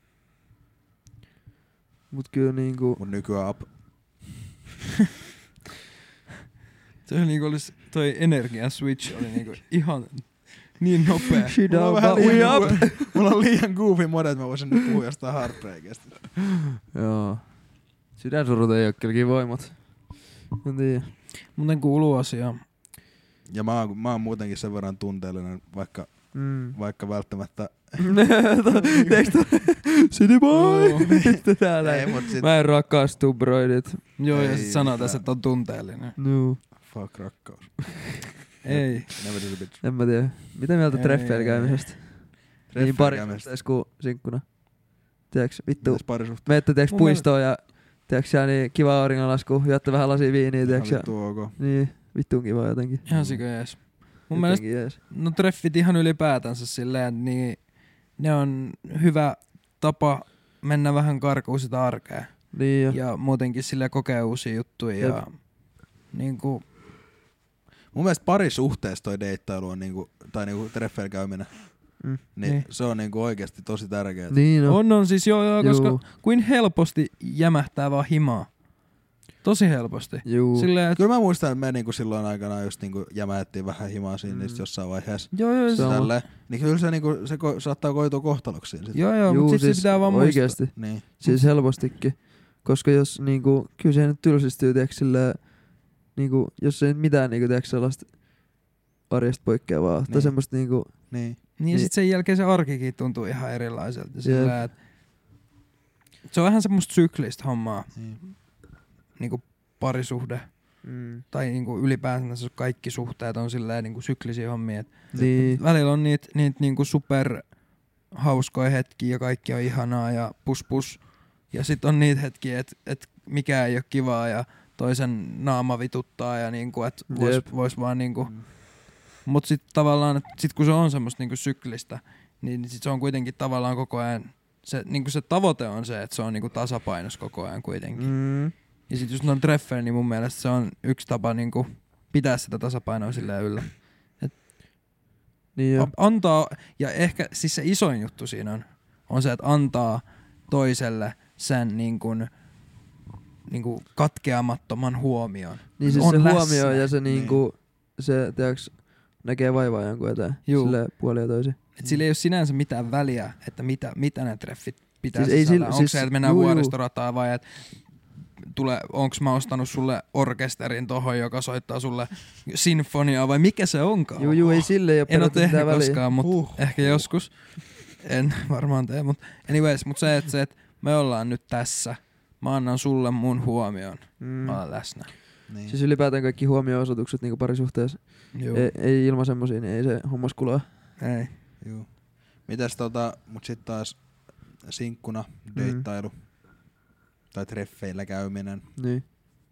Mut kyllä niinku, Mut nykyään up. Se oli niinku olis, toi energia switch oli niinku ihan niin nopea. she Mulla on down, vähän but we liian, up. mulla on liian goofy mode, että mä voisin nyt puhua jostain heartbreakista. Joo. Sydänsurut ei oo kyllä kivoja, mut en tiedä. Muuten kuuluu asiaan. Ja mä oon, mä oon muutenkin sen verran tunteellinen, vaikka, Mm. vaikka välttämättä... Teekö toi? City boy! Joo. Vittu täällä. Ei, mut sit... Mä en rakastu broidit. Joo, ja Ei sit sanoo mitään. tässä, että on tunteellinen. No. Fuck rakkaus. Ei. Never did a bitch. En mä tiedä. Mitä mieltä Ei, treffeillä ei, käymisestä? Niin Treffeillä pari käymisestä. suhteessa kuin sinkkuna. Tiedätkö, vittu. Mitäs parisuhteessa? Menette tiedätkö Mun puistoon ja tiedätkö siellä niin kiva auringonlasku, juotte vähän lasia viiniä, tiedätkö ja... Vittu ok. Niin, vittuun kiva jotenkin. Ihan sikö jees. Mun mielestä, Jotenkin jees. no treffit ihan ylipäätänsä silleen, että niin, ne on hyvä tapa mennä vähän karkuun sitä arkea. Niin jo. Ja muutenkin sille kokee uusia juttuja. Ja, niinku, Mun mielestä parisuhteessa toi deittailu on niinku, tai niinku treffeillä käyminen, Mm. niin, Niin. niin se on niinku oikeesti tosi tärkeää. Niin no. on on siis joo, joo koska Juu. kuin helposti jämähtää vaan himaa. Tosi helposti. Juu. Silleen, et, Kyllä mä muistan, että me niinku silloin aikanaan just niinku jämähettiin vähän himaa siinä Mm. niistä jossain vaiheessa. joo, joo, Se se, on- Tälleen. Niin kyllä se, niinku, se ko- saattaa koitua kohtaloksi siinä sit. joo, joo, Juu, mutta sit siis se pitää vaan muistaa. oikeesti. Niin. Siis helpostikin. Koska jos niinku, kyllä se nyt tylsistyy, tiiäks silleen, niinku, jos ei nyt mitään niinku, tiiäks sellaista arjesta poikkeavaa, niin. tai Niin. semmoista niinku, Niin. Niin, Niin. ja sit sen jälkeen se arkikin tuntuu ihan erilaiselta. Sillä, et, se on vähän semmoista syklistä hommaa, Niin. niinku parisuhde. mm, Tai niinku ylipäänsä kaikki suhteet on silleen niinku syklisiä hommia. Et niin, välillä on niitä niit niinku super hauskoja hetkiä ja kaikki on ihanaa ja pus pus. Ja sit on niitä hetkiä, että et mikään ei ole kivaa ja toisen naama vituttaa ja niinku, että vois, Jep. vois vaan niinku. Mm. Mut sit tavallaan, et sit kun se on semmoista niinku syklistä, niin sit se on kuitenkin tavallaan koko ajan, se, niinku se tavoite on se, että se on niinku tasapainossa koko ajan kuitenkin. mm, Ja sit just noin treffeillä, niin mun mielestä se on yksi tapa niinku pitää sitä tasapainoa silleen yllä. niin jo. A- Antaa, ja ehkä siis se isoin juttu siinä on, on se, että antaa toiselle sen niinku, niinku katkeamattoman huomion. Niin siis on se läsnä. huomio ja se niinku, se tiiäks, näkee vaivaa jonkun eteen. Juu. Silleen puolin ja toisin. Et sillä ei ole sinänsä mitään väliä, että mitä, mitä ne treffit pitää Siis siis ei sisällään. sillä- Onko siis- se, että mennään juu, juu. vuoristorataan vai että tule, onks mä ostanut sulle orkesterin tohon, joka soittaa sulle sinfoniaa vai mikä se onkaan? Juu, juu, ei sille ei oo En oo periaatteessa tehnyt mitään väliä. koskaan, mutta Huh. ehkä joskus. En varmaan tee, mutta anyways, mut se, että se, et me ollaan nyt tässä. Mä annan sulle mun huomioon. Mm. Mä olen läsnä. Niin. Siis ylipäätään kaikki huomio-osoitukset niinku parisuhteessa. Joo. Ei, ei ilman semmosia, niin ei se hommas kulaa. Ei. Juu. Mitäs tota, mut sit taas sinkkuna, deittailu tai treffeillä käyminen, Niin.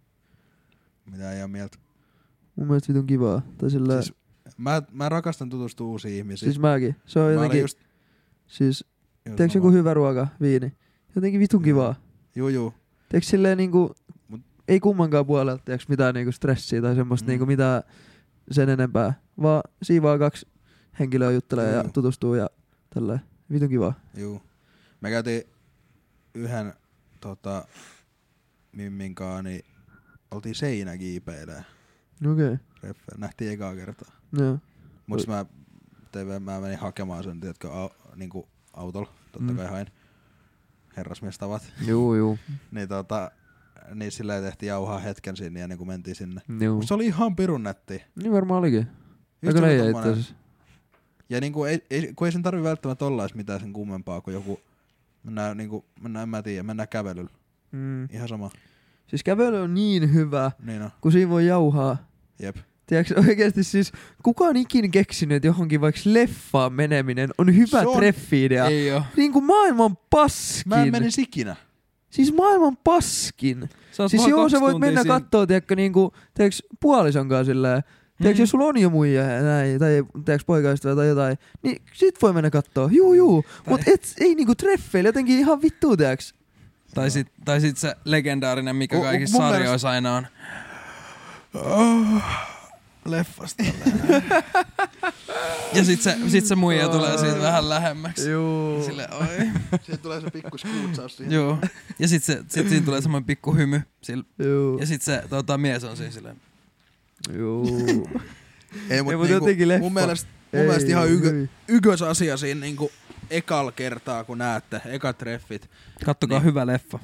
mitä ei oo mieltä. Mun mielestä vitun kivaa. Tai sillä, Siis, mä, mä rakastan tutustua uusiin ihmisiin. siis mäkin. Se on Mä olin jotenkin, just, siis, just tiedätkö joku hyvä ruoka, viini? Jotenkin vitun kivaa. Juu, juu. Tiedätkö silleen niinku, Mut- ei kummankaan puolelta tiedätkö mitään niinku stressiä tai semmoista Mm. niinku mitään sen enempää. Vaan siinä vaan kaksi henkilöä juttelee Joo, ja joo. tutustuu ja tälleen. Vitun kivaa. Juu. Me käytiin yhden tota, mimminkaan, niin oltiin seinäkiipeilemään. Okei. Okay. Treffeillä. Nähtiin ekaa kertaa. Joo. Mut sit mä, tein, mä menin hakemaan sen, tiedätkö, au, niinku autolla. Totta Mm. kai hain herrasmiestavat. Juu, juu. Niin tota, niin sillä tehtiin jauhaa hetken sinne ja niin kuin mentiin sinne. Juu. Mut se oli ihan pirun nätti. Niin varmaan olikin. Just Aika joku leijä itse tommonen- asiassa. Ja niinku ei, ei, kun ei sen tarvi välttämättä olla edes mitään sen kummempaa kuin joku, mennään niinku, mennään, en mä tiedä, mennään kävelyllä. Mm. Ihan sama. Siis kävely on niin hyvä, Niin on. kun siinä voi jauhaa. Jep. Tiedätkö oikeesti siis, kuka on ikin keksinyt, että johonkin vaikka leffaan meneminen on hyvä Se on- treffi-idea? Ei oo. Niin kuin maailman paskin. Mä en menisi ikinä. Siis maailman paskin. Sä oot Siis vaan joo, kaksi sä voit tuntia mennä siinä- kattoo, tiedätkö, niinku, tiedätkö, puolison kanssa silleen. Tiedätkö, Mm. jos sulla on jo muija ja näin, tai tiedätkö, poikaystävä tai jotain, niin sit voi mennä kattoo. Juu, juu. Mut et, ei niinku treffeillä, jotenkin ihan vittuu, tiedätkö. Tai sit, tai sit se legendaarinen, mikä Mu- kaikissa mun sarjoissa aina on. Oh, leffasta. Ja sit se, sit se muija tulee siitä vähän lähemmäksi. Juu. Sille, oi. Siitä tulee se pikku skuutsaus siihen. Joo. Ja sit, se, sit siinä tulee semmoinen pikku hymy. Sillä, Juu. ja sit se tota, mies on siinä silleen. Juu. Ei, mut Ei, mut niinku, jotenkin leffa. mun mielestä, mun Ei, mielestä ihan ykö, hyi. ykkösasia siinä niinku ekal kertaa, kun näette, ekat treffit. Kattokaa Niin. hyvä leffa.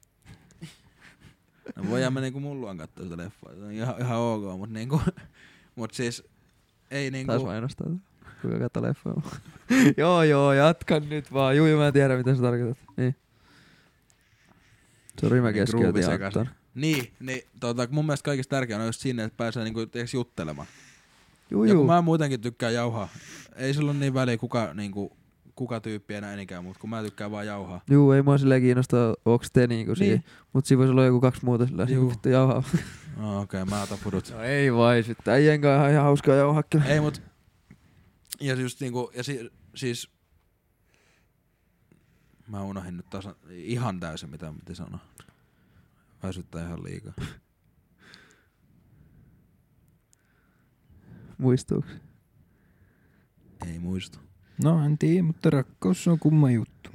No voidaan me niinku mulluan kattoo sitä leffaa. Se on ihan, ihan ok, mut niinku, mut siis ei niinku. Taas mainostaa. Kuinka katso leffaa. joo, joo, jatkan nyt vaan. Juu, juu, mä en tiedä, mitä sä tarkoitat. Niin. Sori, mä Niin, keskeytin groove sekas. Anton. Niin, niin tota, mun mielestä kaikista tärkeää on just sinne, että pääsee niinku tiiäks juttelemaan. Juu, Ja kun juu. mä muutenkin tykkään jauhaa. Ei sillä ole niin väliä kuka, niinku, kuka tyyppi enää enikään, mutta kun mä tykkään vaan jauhaa. Juu, ei mua silleen kiinnosta, onks te niinku Niin. siinä. Mut siinä voisi olla joku kaksi muuta silleen, Juu. niinku vittu jauhaa. No, okei, okay, mä otan pudut. No ei vai, sitten äijän kanssa ihan, ihan hauskaa jauhaa kyllä. Ei mut, ja just niinku, ja si, siis, mä unohdin nyt taas ihan täysin mitä mä piti sanoa. Väsyttää ihan liikaa. Muistuuks? Ei muistu. No en tiedä, mutta rakkaus on kumma juttu.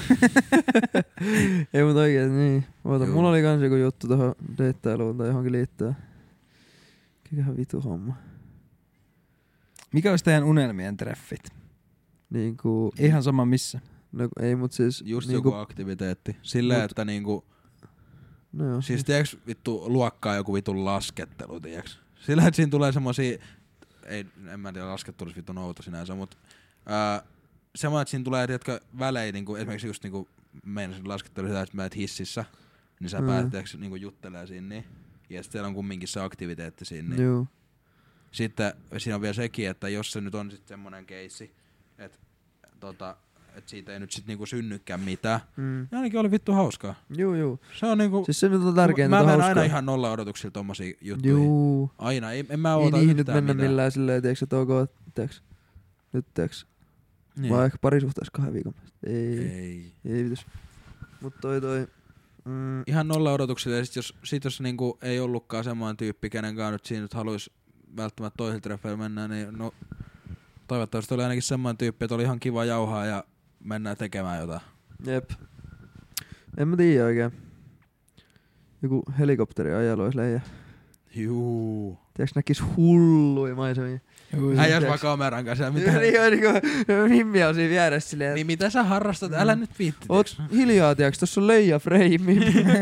Ei mut oikein niin. Oota, Juu. mulla oli kans joku juttu tohon deittailuun tai johonkin liittyen. Mikähän vitu homma. Mikä olisi teidän unelmien treffit? Niinku... Ihan sama missä. No ei mut siis... Just niinku, joku aktiviteetti. Silleen, Mut- että niinku... No joo. Siis tiiäks vittu luokkaa joku vittu laskettelu, tiiäks? Sillä että siinä tulee semmosia... Ei, en mä tiedä, laskettelu olisi vittu nouto sinänsä, mut... Ää, semmoinen, että siinä tulee, tiedätkö, välein, niinku, esimerkiksi just niinku meinasin laskettelu sitä, että menet hississä, niin sä Mm. mm. pääset, tiiäks, niinku juttelee siinä, niin. Ja sitten siellä on kumminkin se aktiviteetti siinä, niin. Joo. Sitten siinä on vielä sekin, että jos se nyt on sit semmonen keissi, että tota, et siitä ei nyt sit niinku synnykään mitään, Mm. niin ainakin oli vittu hauskaa. Juu, juu. Se on niinku... Siis se nyt on tärkeintä, Mä että menen hauskaa. aina ihan nolla odotuksilla tommosia juttuja. Juu. Aina, ei, en mä Ei oota niihin nyt yhtään mennä mitään. millään silleen, tiiäks, että ok, tiiäks. Nyt tiiäks. Niin. Vai ehkä parisuhteessa kahden viikon päästä. Ei. Ei. Ei vitus. Mut toi toi... Mm, Ihan nolla odotuksilla, ja sit jos, sit jos niinku ei ollutkaan semmoinen tyyppi, kenenkaan nyt siinä nyt haluis välttämättä toisella treffeillä mennä, niin no toivottavasti oli ainakin semmoinen tyyppi, että oli ihan kiva jauhaa ja mennään tekemään jotain. jep. En mä tiedä oikein. Joku helikopteriajelu ois leijä. Juu. Tiiäks näkis hulluja maisemia. Äijäs tiiäks- vaan kameran kanssa. Mitä? Mitä, Niin on niinku, Mimmi on siinä vieressä silleen. niin mitä sä harrastat? Älä nyt viitti. Oot hiljaa tiiäks, tossa on leija freimi.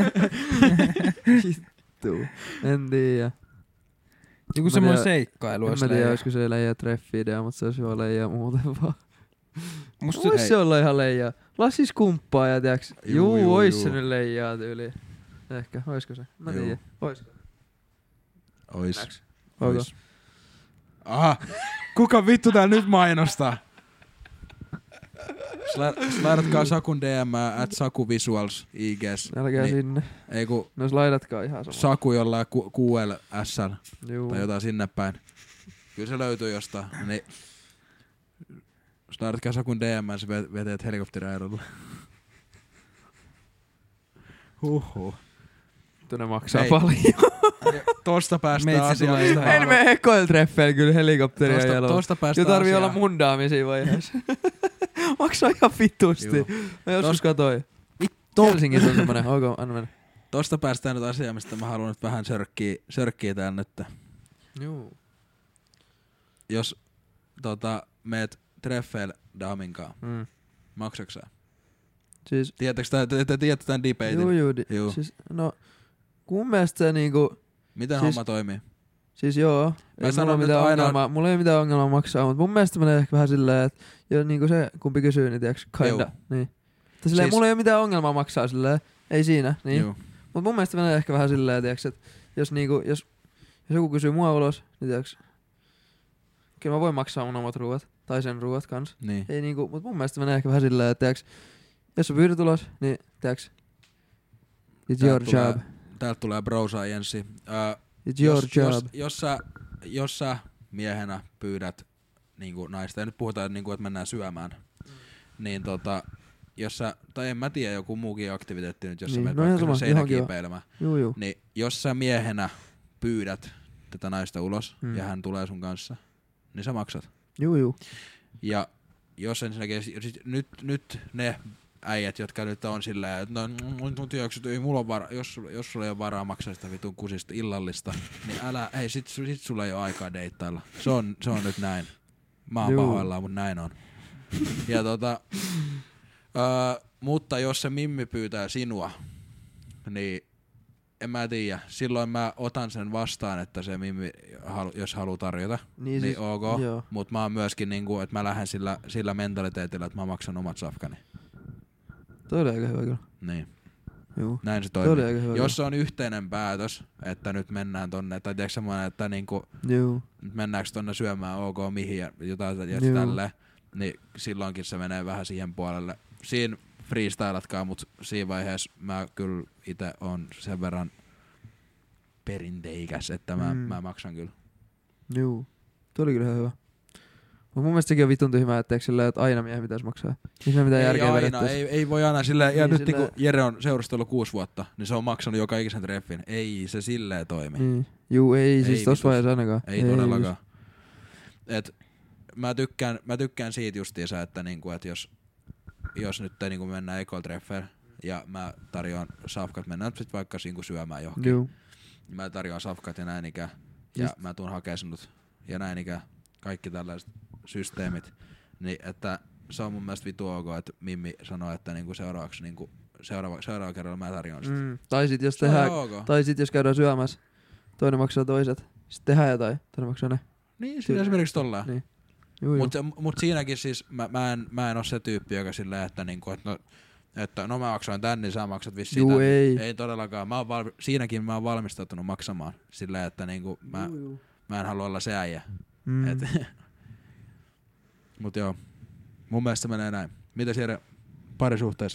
Vittu. En tiedä. Joku Mä semmoinen tiedän- seikkailu En olisi mä tiedä, leija. olisiko se leija treffi-idea, mutta se olisi joo leija muuten vaan. Musta Vois ei. se olla ihan leija. Lassis kumppaa ja tiiäks. Juu, Juu, juu, ois juu. se nyt leijaa tyyliin. Ehkä, oisko se? Mä Juu. tiedän. Oisko? Ois. Näks? Ois. Aha. Kuka vittu täällä nyt mainostaa? Sla- Slaidatkaa Sakun D M at Saku Visuals I Gs. Älkää Niin. sinne. Ei ku No laidatkaa ihan sama. Saku jollain Q L S L Juu. tai jotain sinne päin. Kyllä se löytyy jostain. Niin. Slaidatkaa Sakun D M ja sä vet- veteet helikopteriailulla. Huhhuh. Vittu ne maksaa Hei. paljon. Tosta päästään Meitsi tulee asiaan. sitä- En mene ekoil treffeillä kyllä helikopteria Tosta, ajalla. tosta Jo päästään tarvii asiaan. olla mundaamia siinä vaiheessa. Maksaa ihan vitusti. Juu. Mä joskus Tos- katsoin. Vittu. Helsingissä on semmonen. Ok, anna mennä. Tosta päästään nyt asiaan, mistä mä haluan nyt vähän sörkkiä, sörkkiä täällä nyt. Juu. Jos tota, meet treffeillä Daminkaan, Mm. maksaksä? Siis, Tiedättekö te, te, te tiedätte tän debatein? juu, juu, di- Juu. siis, no, kun mun mielestä se niinku, Miten siis- homma toimii? siis joo, Mä ei mulla, sanon ole nyt mitään aina- ongelmaa, mulla ei ole mitään ongelmaa maksaa, mutta mun mielestä menee ehkä vähän silleen, että jo niinku se, kumpi kysyy, niin tiiäks, kinda, Juu. niin. Että silleen, Siis- mulla ei ole mitään ongelmaa maksaa silleen, ei siinä, niin. Juu. Mut mun mielestä menee ehkä vähän silleen, tiiäks, että jos niinku, jos, jos joku kysyy mua ulos, niin tiiäks, kyllä mä voin maksaa mun omat ruuat, tai sen ruuat kans. Niin. Ei niinku, mut mun mielestä menee ehkä vähän silleen, että tiiäks, jos sä pyydät ulos, niin tiiäks, it's Täältä your tulee- job. Täältä tulee brosaa Jenssi. Uh, It's your jos, job. Jos, jos, sä, jos sä miehenä pyydät niinku naista, ja nyt puhutaan niinku, että mennään syömään, mm. niin tota, jos sä, tai en mä tiedä, joku muukin aktiviteetti nyt, jos Niin, sä menet no ihan vaikka sama, ihan kiva. seinäkiipeilemään, Juu, juu. niin jos sä miehenä pyydät tätä naista ulos, Mm. ja hän tulee sun kanssa, niin sä maksat. Juu, juu. Ja jos ensinnäkin, sit nyt, nyt ne äijät, jotka nyt on silleen, että no, no tiedätkö, ei mulla on vara, jos, jos sulla ei ole varaa maksaa sitä vitun kusista illallista, niin älä, hei sit, sit sulla ei ole aikaa deittailla. Se on, se on nyt näin. Mä oon Juu. pahoillaan, mutta näin on. Ja tota, öö, mutta jos se mimmi pyytää sinua, niin en mä tiedä. Silloin mä otan sen vastaan, että se mimmi, halu, jos haluaa tarjota, Niin, niin, siis, ok. joo. Mut mä oon myöskin niinku, että mä lähden sillä, sillä mentaliteetillä, että mä maksan omat safkani. Toi oli aika hyvä kyllä. Niin, Juu. näin se Toi oli toimii. aika hyvä Jos se on yhteinen päätös, että nyt mennään tonne, tai tiedätkö semmoinen, että niinku, kyllä. Juu. nyt mennäänkö tonne syömään ok mihin ja jotain ja Juu. tälleen, niin silloinkin se menee vähän siihen puolelle. Siinä freestylatkaa, mut siinä vaiheessa mä kyllä ite on sen verran perinteikäs, että mä, Mm. mä maksan kyllä. Juu. Toi oli kyllä ihan hyvä. Mut mun mielestä sekin on vitun tyhmää, etteikö silleen, että aina miehen pitäis maksaa. Ei siinä mitään Ei järkeä aina, vedettäis. ei, ei voi aina silleen, ja Niin, nyt silleen- niinku Jere on seurustellut kuusi vuotta, niin se on maksanut joka ikisen treffin. Ei se silleen toimi. Niin. Juu, ei, Ei siis tossa vitus. vaiheessa ainakaan. Ei todellakaan. et mä tykkään, mä tykkään siitä justiinsa, että niinku, et jos, jos nyt niinku mennään ekotreffeille ja mä tarjoan safkat, mennään sit vaikka niinku syömään johonkin. Juu. Mä tarjoan safkat ja näin ikään. Ja Just. mä tuun hakee sinut ja näin ikään. Kaikki tällaiset systeemit. Niin, että se on mun mielestä vitu ok, että Mimmi sanoo, että niinku seuraavaksi niinku seuraava, seuraava kerralla mä tarjoan sitä. Mm. Tai sit jos Se on tehdään, ok. tai sit jos käydään syömässä, toinen maksaa toiset. Sitten tehdään jotain, toinen maksaa ne. Niin, siinä esimerkiksi tollaan. Niin. Juu, Mut, se, mut siinäkin siis mä, mä, en, mä en oo se tyyppi, joka silleen, että niinku, et no, että no mä maksoin tän, niin sä maksat vissiin Juu, tän. ei. Ei todellakaan. Mä oon valmi, siinäkin mä oon valmistautunut maksamaan silleen, että niinku mä, Juu, juu. mä en halua olla se äijä. Mm. Et, mut joo, mun mielestä se menee näin. Mitä siellä parisuhteessa?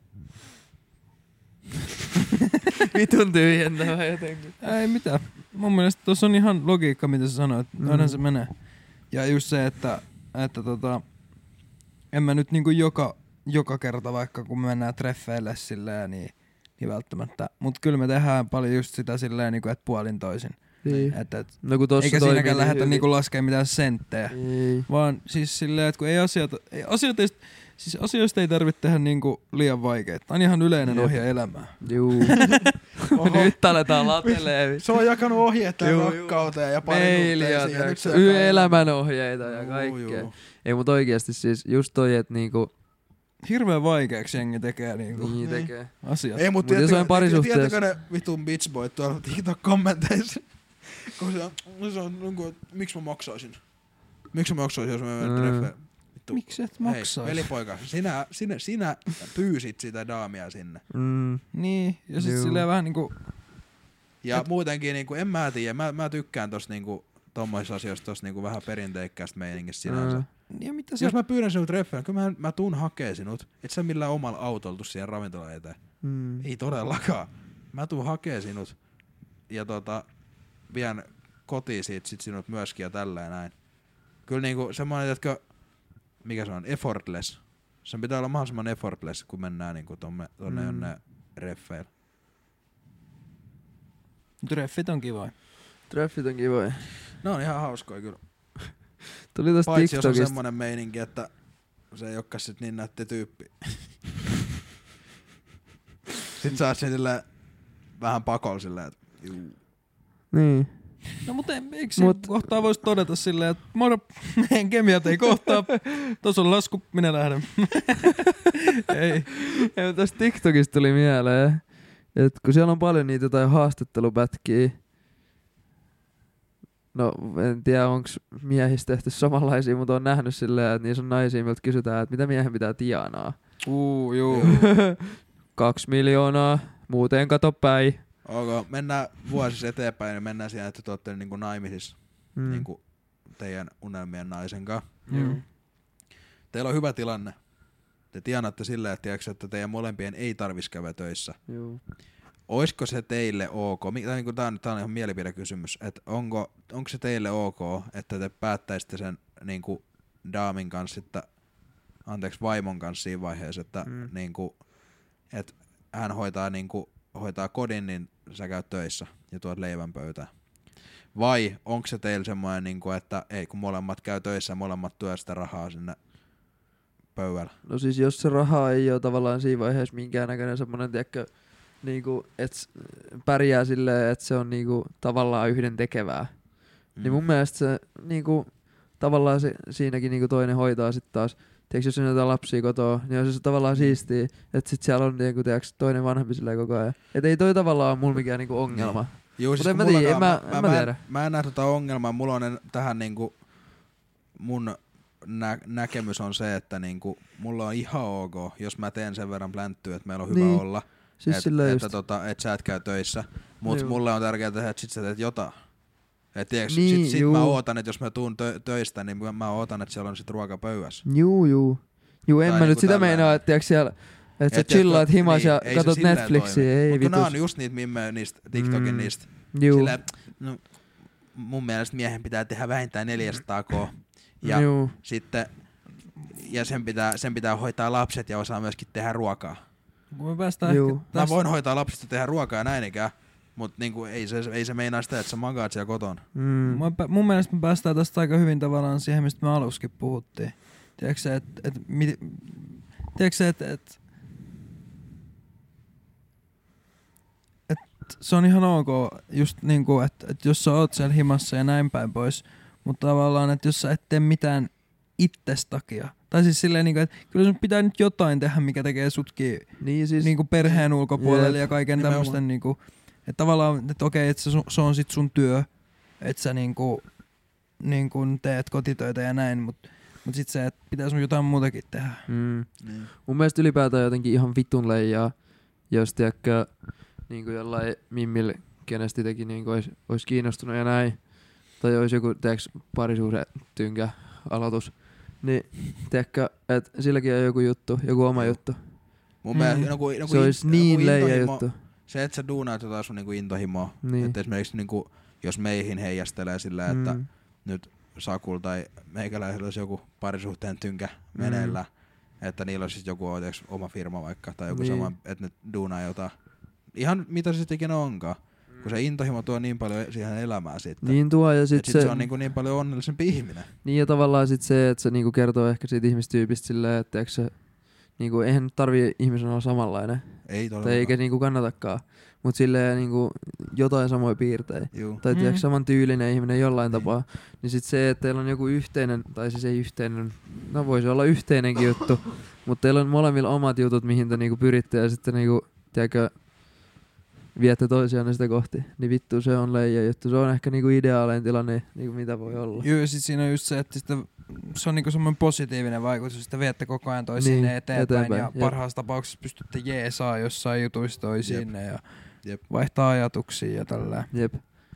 Vitun tyhjentävä jotenkin. Ei mitään. Mun mielestä tuossa on ihan logiikka, mitä sä sanoit. Mm. Aina se menee. Ja just se, että, että tota, en mä nyt niinku joka, joka kerta vaikka kun me mennään treffeille silleen, niin, niin välttämättä. Mut kyllä me tehdään paljon just sitä silleen, niinku, että puolin toisin. Niin. Et, et, No kun tossa eikä toimii siinäkään niin lähdetä hyvin. niinku laskemaan mitään senttejä. Ei. Vaan siis silleen, että kun ei asioita, ei, asioita ei, siis asioista ei tarvitse tehdä niinku liian vaikeita. Tää on ihan yleinen Jep. ohje elämään. Juu. Nyt aletaan latelee. Se on jakanut ohjeet Juu, rakkauteen ja Mailia, parisuhteisiin. elämänohjeita ja kaikkea. Ei mut oikeesti siis just toi, et niinku Hirveän vaikeaksi jengi tekee niinku niin Niin. tekee. asiat. Ei, mut Mut jos on tiedätkö, parisuhteessa- tiedätkö ne vitun bitchboyt tuolla TikTok-kommenteissa? Kun se on, se on niinku, että miksi mä maksaisin? Miksi mä maksaisin, jos mä menen Mm. treffeen? Vittu. Miksi et Hei, maksaa? velipoika, sinä, sinä, sinä pyysit sitä daamia sinne. Mm. Niin, ja sit Juu. silleen vähän niinku, Ja Et- muutenkin, niinku, en mä tiedä, mä, mä tykkään tossa niinku, tommoisissa asioissa tossa niinku, vähän perinteikkäästä meiningistä sinänsä. Mm. ja mitä se Jos mä pyydän sinut treffeen, kyllä mä, mä tuun hakee sinut. Et sä millään omalla autolla tuu siihen ravintolaan eteen. Mm. Ei todellakaan. Mä tuun hakee sinut ja tota, vien kotiin siitä sit sinut myöskin ja tälleen näin. Kyllä niinku semmoinen, että mikä se on, effortless. Sen pitää olla mahdollisimman effortless, kun mennään niinku tonne, tonne Mm. jonne reffeille. treffit on kiva. Treffit on kivoja. Ne on ihan hauskoja kyllä. Tuli tosta Paitsi jos on TikTokista. semmonen meininki, että se ei olekaan sit niin nätti tyyppi. Sitten sä oot silleen vähän pakolla silleen, että juu. Niin. No mutta eikö se Mut- kohtaa voisi todeta silleen, että moro, meidän kemiat ei kohtaa, tuossa on lasku, minä lähden. ei. Ja tosta TikTokista tuli mieleen, että kun siellä on paljon niitä jotain haastattelupätkiä, no en tiedä onks miehistä tehty samanlaisia, mutta on nähnyt silleen, että niissä on naisia, miltä kysytään, että mitä miehen pitää tienaa. Uu, juu. Kaksi miljoonaa, muuten kato päin. Ok, mennään vuosissa eteenpäin ja mennään siihen, että te olette niinku naimisissa Mm. niinku teidän unelmien naisen kanssa. Mm. Teillä on hyvä tilanne. Te tienaatte silleen, että, tiiäks, että teidän molempien ei tarvitsisi käydä töissä. Juu. Oisko se teille ok? Tämä niin on, tää on ihan mielipidekysymys. Että onko, onko se teille ok, että te päättäisitte sen niin kuin daamin kanssa, että, anteeksi vaimon kanssa siinä vaiheessa, että, Mm. niin kuin, että hän hoitaa, niin kuin, hoitaa kodin, niin sä käyt töissä ja tuot leivän pöytään. Vai onko se teille semmoinen, niin kuin, että ei kun molemmat käy töissä ja molemmat tuo sitä rahaa sinne pöydällä? No siis jos se raha ei ole tavallaan siinä vaiheessa minkäännäköinen semmonen, tiedätkö, niinku, että pärjää silleen, että se on niinku tavallaan yhden tekevää. Mm. Niin mun mielestä se niinku, tavallaan se, siinäkin niinku toinen hoitaa sit taas. Tiedätkö, jos on jotain lapsia kotoa, niin on se tavallaan siistiä, että sit siellä on niinku, tiedätkö, toinen vanhempi silleen koko ajan. Et ei toi tavallaan ole mulla mikään niinku ongelma. Niin. Joo, Mut en kun mä tiedä, mullakaan- en mä- en mä mä, tiedä. mä en näe tota ongelmaa. Mulla on en, tähän niinku, mun nä- näkemys on se, että niinku, mulla on ihan ok, jos mä teen sen verran plänttyä, että meillä on hyvä Niin. olla. Siis et, silleen että just. tota, et sä et käy töissä. Mut Joo. mulle on tärkeää tehdä, että sit sä teet jotain. Et tiiäks, Niin, sit, sit juu. mä ootan, että jos mä tuun tö- töistä, niin mä- mä ootan, että siellä on sit ruoka pöydässä. Juu, juu. Juu, en Tai mä niinku nyt sitä tällainen. meinaa, että tiedätkö siellä, että sä Et chillaat tiedätkö, himas ja ei se katot silleen Netflixiä, toimi. ei Mut kun nää vitus. on just niitä mimmejä niistä TikTokin Mm. niistä. Juu. Silleen, no, mun mielestä miehen pitää tehdä vähintään neljäsataa koo. Ja Juu. sitten ja sen pitää, sen pitää hoitaa lapset ja osaa myöskin tehdä ruokaa. Kun me päästään Juu. ehkä Mä tästä, voin hoitaa lapset ja tehdä ruokaa ja näin ikään. Mut niinku ei se, ei se meinaa sitä, että sä makaat siellä kotona. Mm. Mun, mun mielestä me päästään tästä aika hyvin tavallaan siihen, mistä me aluskin puhuttiin. Tiedätkö sä, että et, et, tiedätkö sä, että et, et, se on ihan ok, just niinku, että et jos sä oot siellä himassa ja näin päin pois, mutta tavallaan, että jos sä et tee mitään itses takia, tai siis silleen niinku, että kyllä sun pitää nyt jotain tehdä, mikä tekee sutkin Niin siis, niinku perheen ulkopuolelle Jep. ja kaiken Nimenomaan. tämmösten niinku, että tavallaan, että okei, että se, sun- se on sit sun työ, että sä niinku, niinku teet kotitöitä ja näin, mut, mut sit se, että pitää sun jotain muutakin tehdä. mm. Niin. Mun mielestä ylipäätään jotenkin ihan vitun leijaa, jos tiedätkö, niinku jollain mimmillä, kenestä teki niinku ois, ois kiinnostunut ja näin, tai ois joku, tiedätkö, parisuhde tynkä aloitus, niin tiedätkö, että silläkin on joku juttu, joku oma Joo. juttu. Mun Mm. mielestä joku, joku, Se olisi niin leijä juttu. Se, että sä duunaat jotain sun niinku intohimoa. Niin. Että esimerkiksi niinku, jos meihin heijastelee sillä, että Mm. nyt Sakul tai meikäläisellä olisi joku parisuhteen tynkä meneillä, että niillä olisi siis joku oikeaks oma firma vaikka, tai joku Niin. sama, että ne duunaa jotain. Ihan mitä se sitten ikinä onkaan. Kun se intohimo tuo niin paljon siihen elämään sitten. Niin tuo ja sit Sit se, se on niinku niin paljon onnellisempi ihminen. niin ja tavallaan sit se, että se niinku kertoo ehkä siitä ihmistyypistä silleen, että eikö se, niinku, eihän nyt tarvii ihmisen olla samanlainen, Ei tai todellakaan. eikä niinku kannatakaan, mut silleen niinku jotain samoja piirteitä. Juu. Tai Mm. tiedätkö, saman tyylinen ihminen jollain Niin. tapaa, niin sit se, että teillä on joku yhteinen, tai siis ei yhteinen, no voisi olla yhteinenkin juttu, mutta teillä on molemmilla omat jutut, mihin te niinku pyritte, ja sitten niinku, tiedätkö, viette toisiaan sitä kohti, niin vittu se on leija juttu. Se on ehkä niinku ideaalein tilanne, niinku mitä voi olla. Joo, ja sit siinä on just se, että sitä, se on niinku semmoinen positiivinen vaikutus, että viette koko ajan toisiinne Niin, niin, eteenpäin, eteenpäin, ja jep. parhaassa tapauksessa pystytte jeesaa jossain jutuissa toisiinne ja Jep. vaihtaa ajatuksia ja tällä. Jep.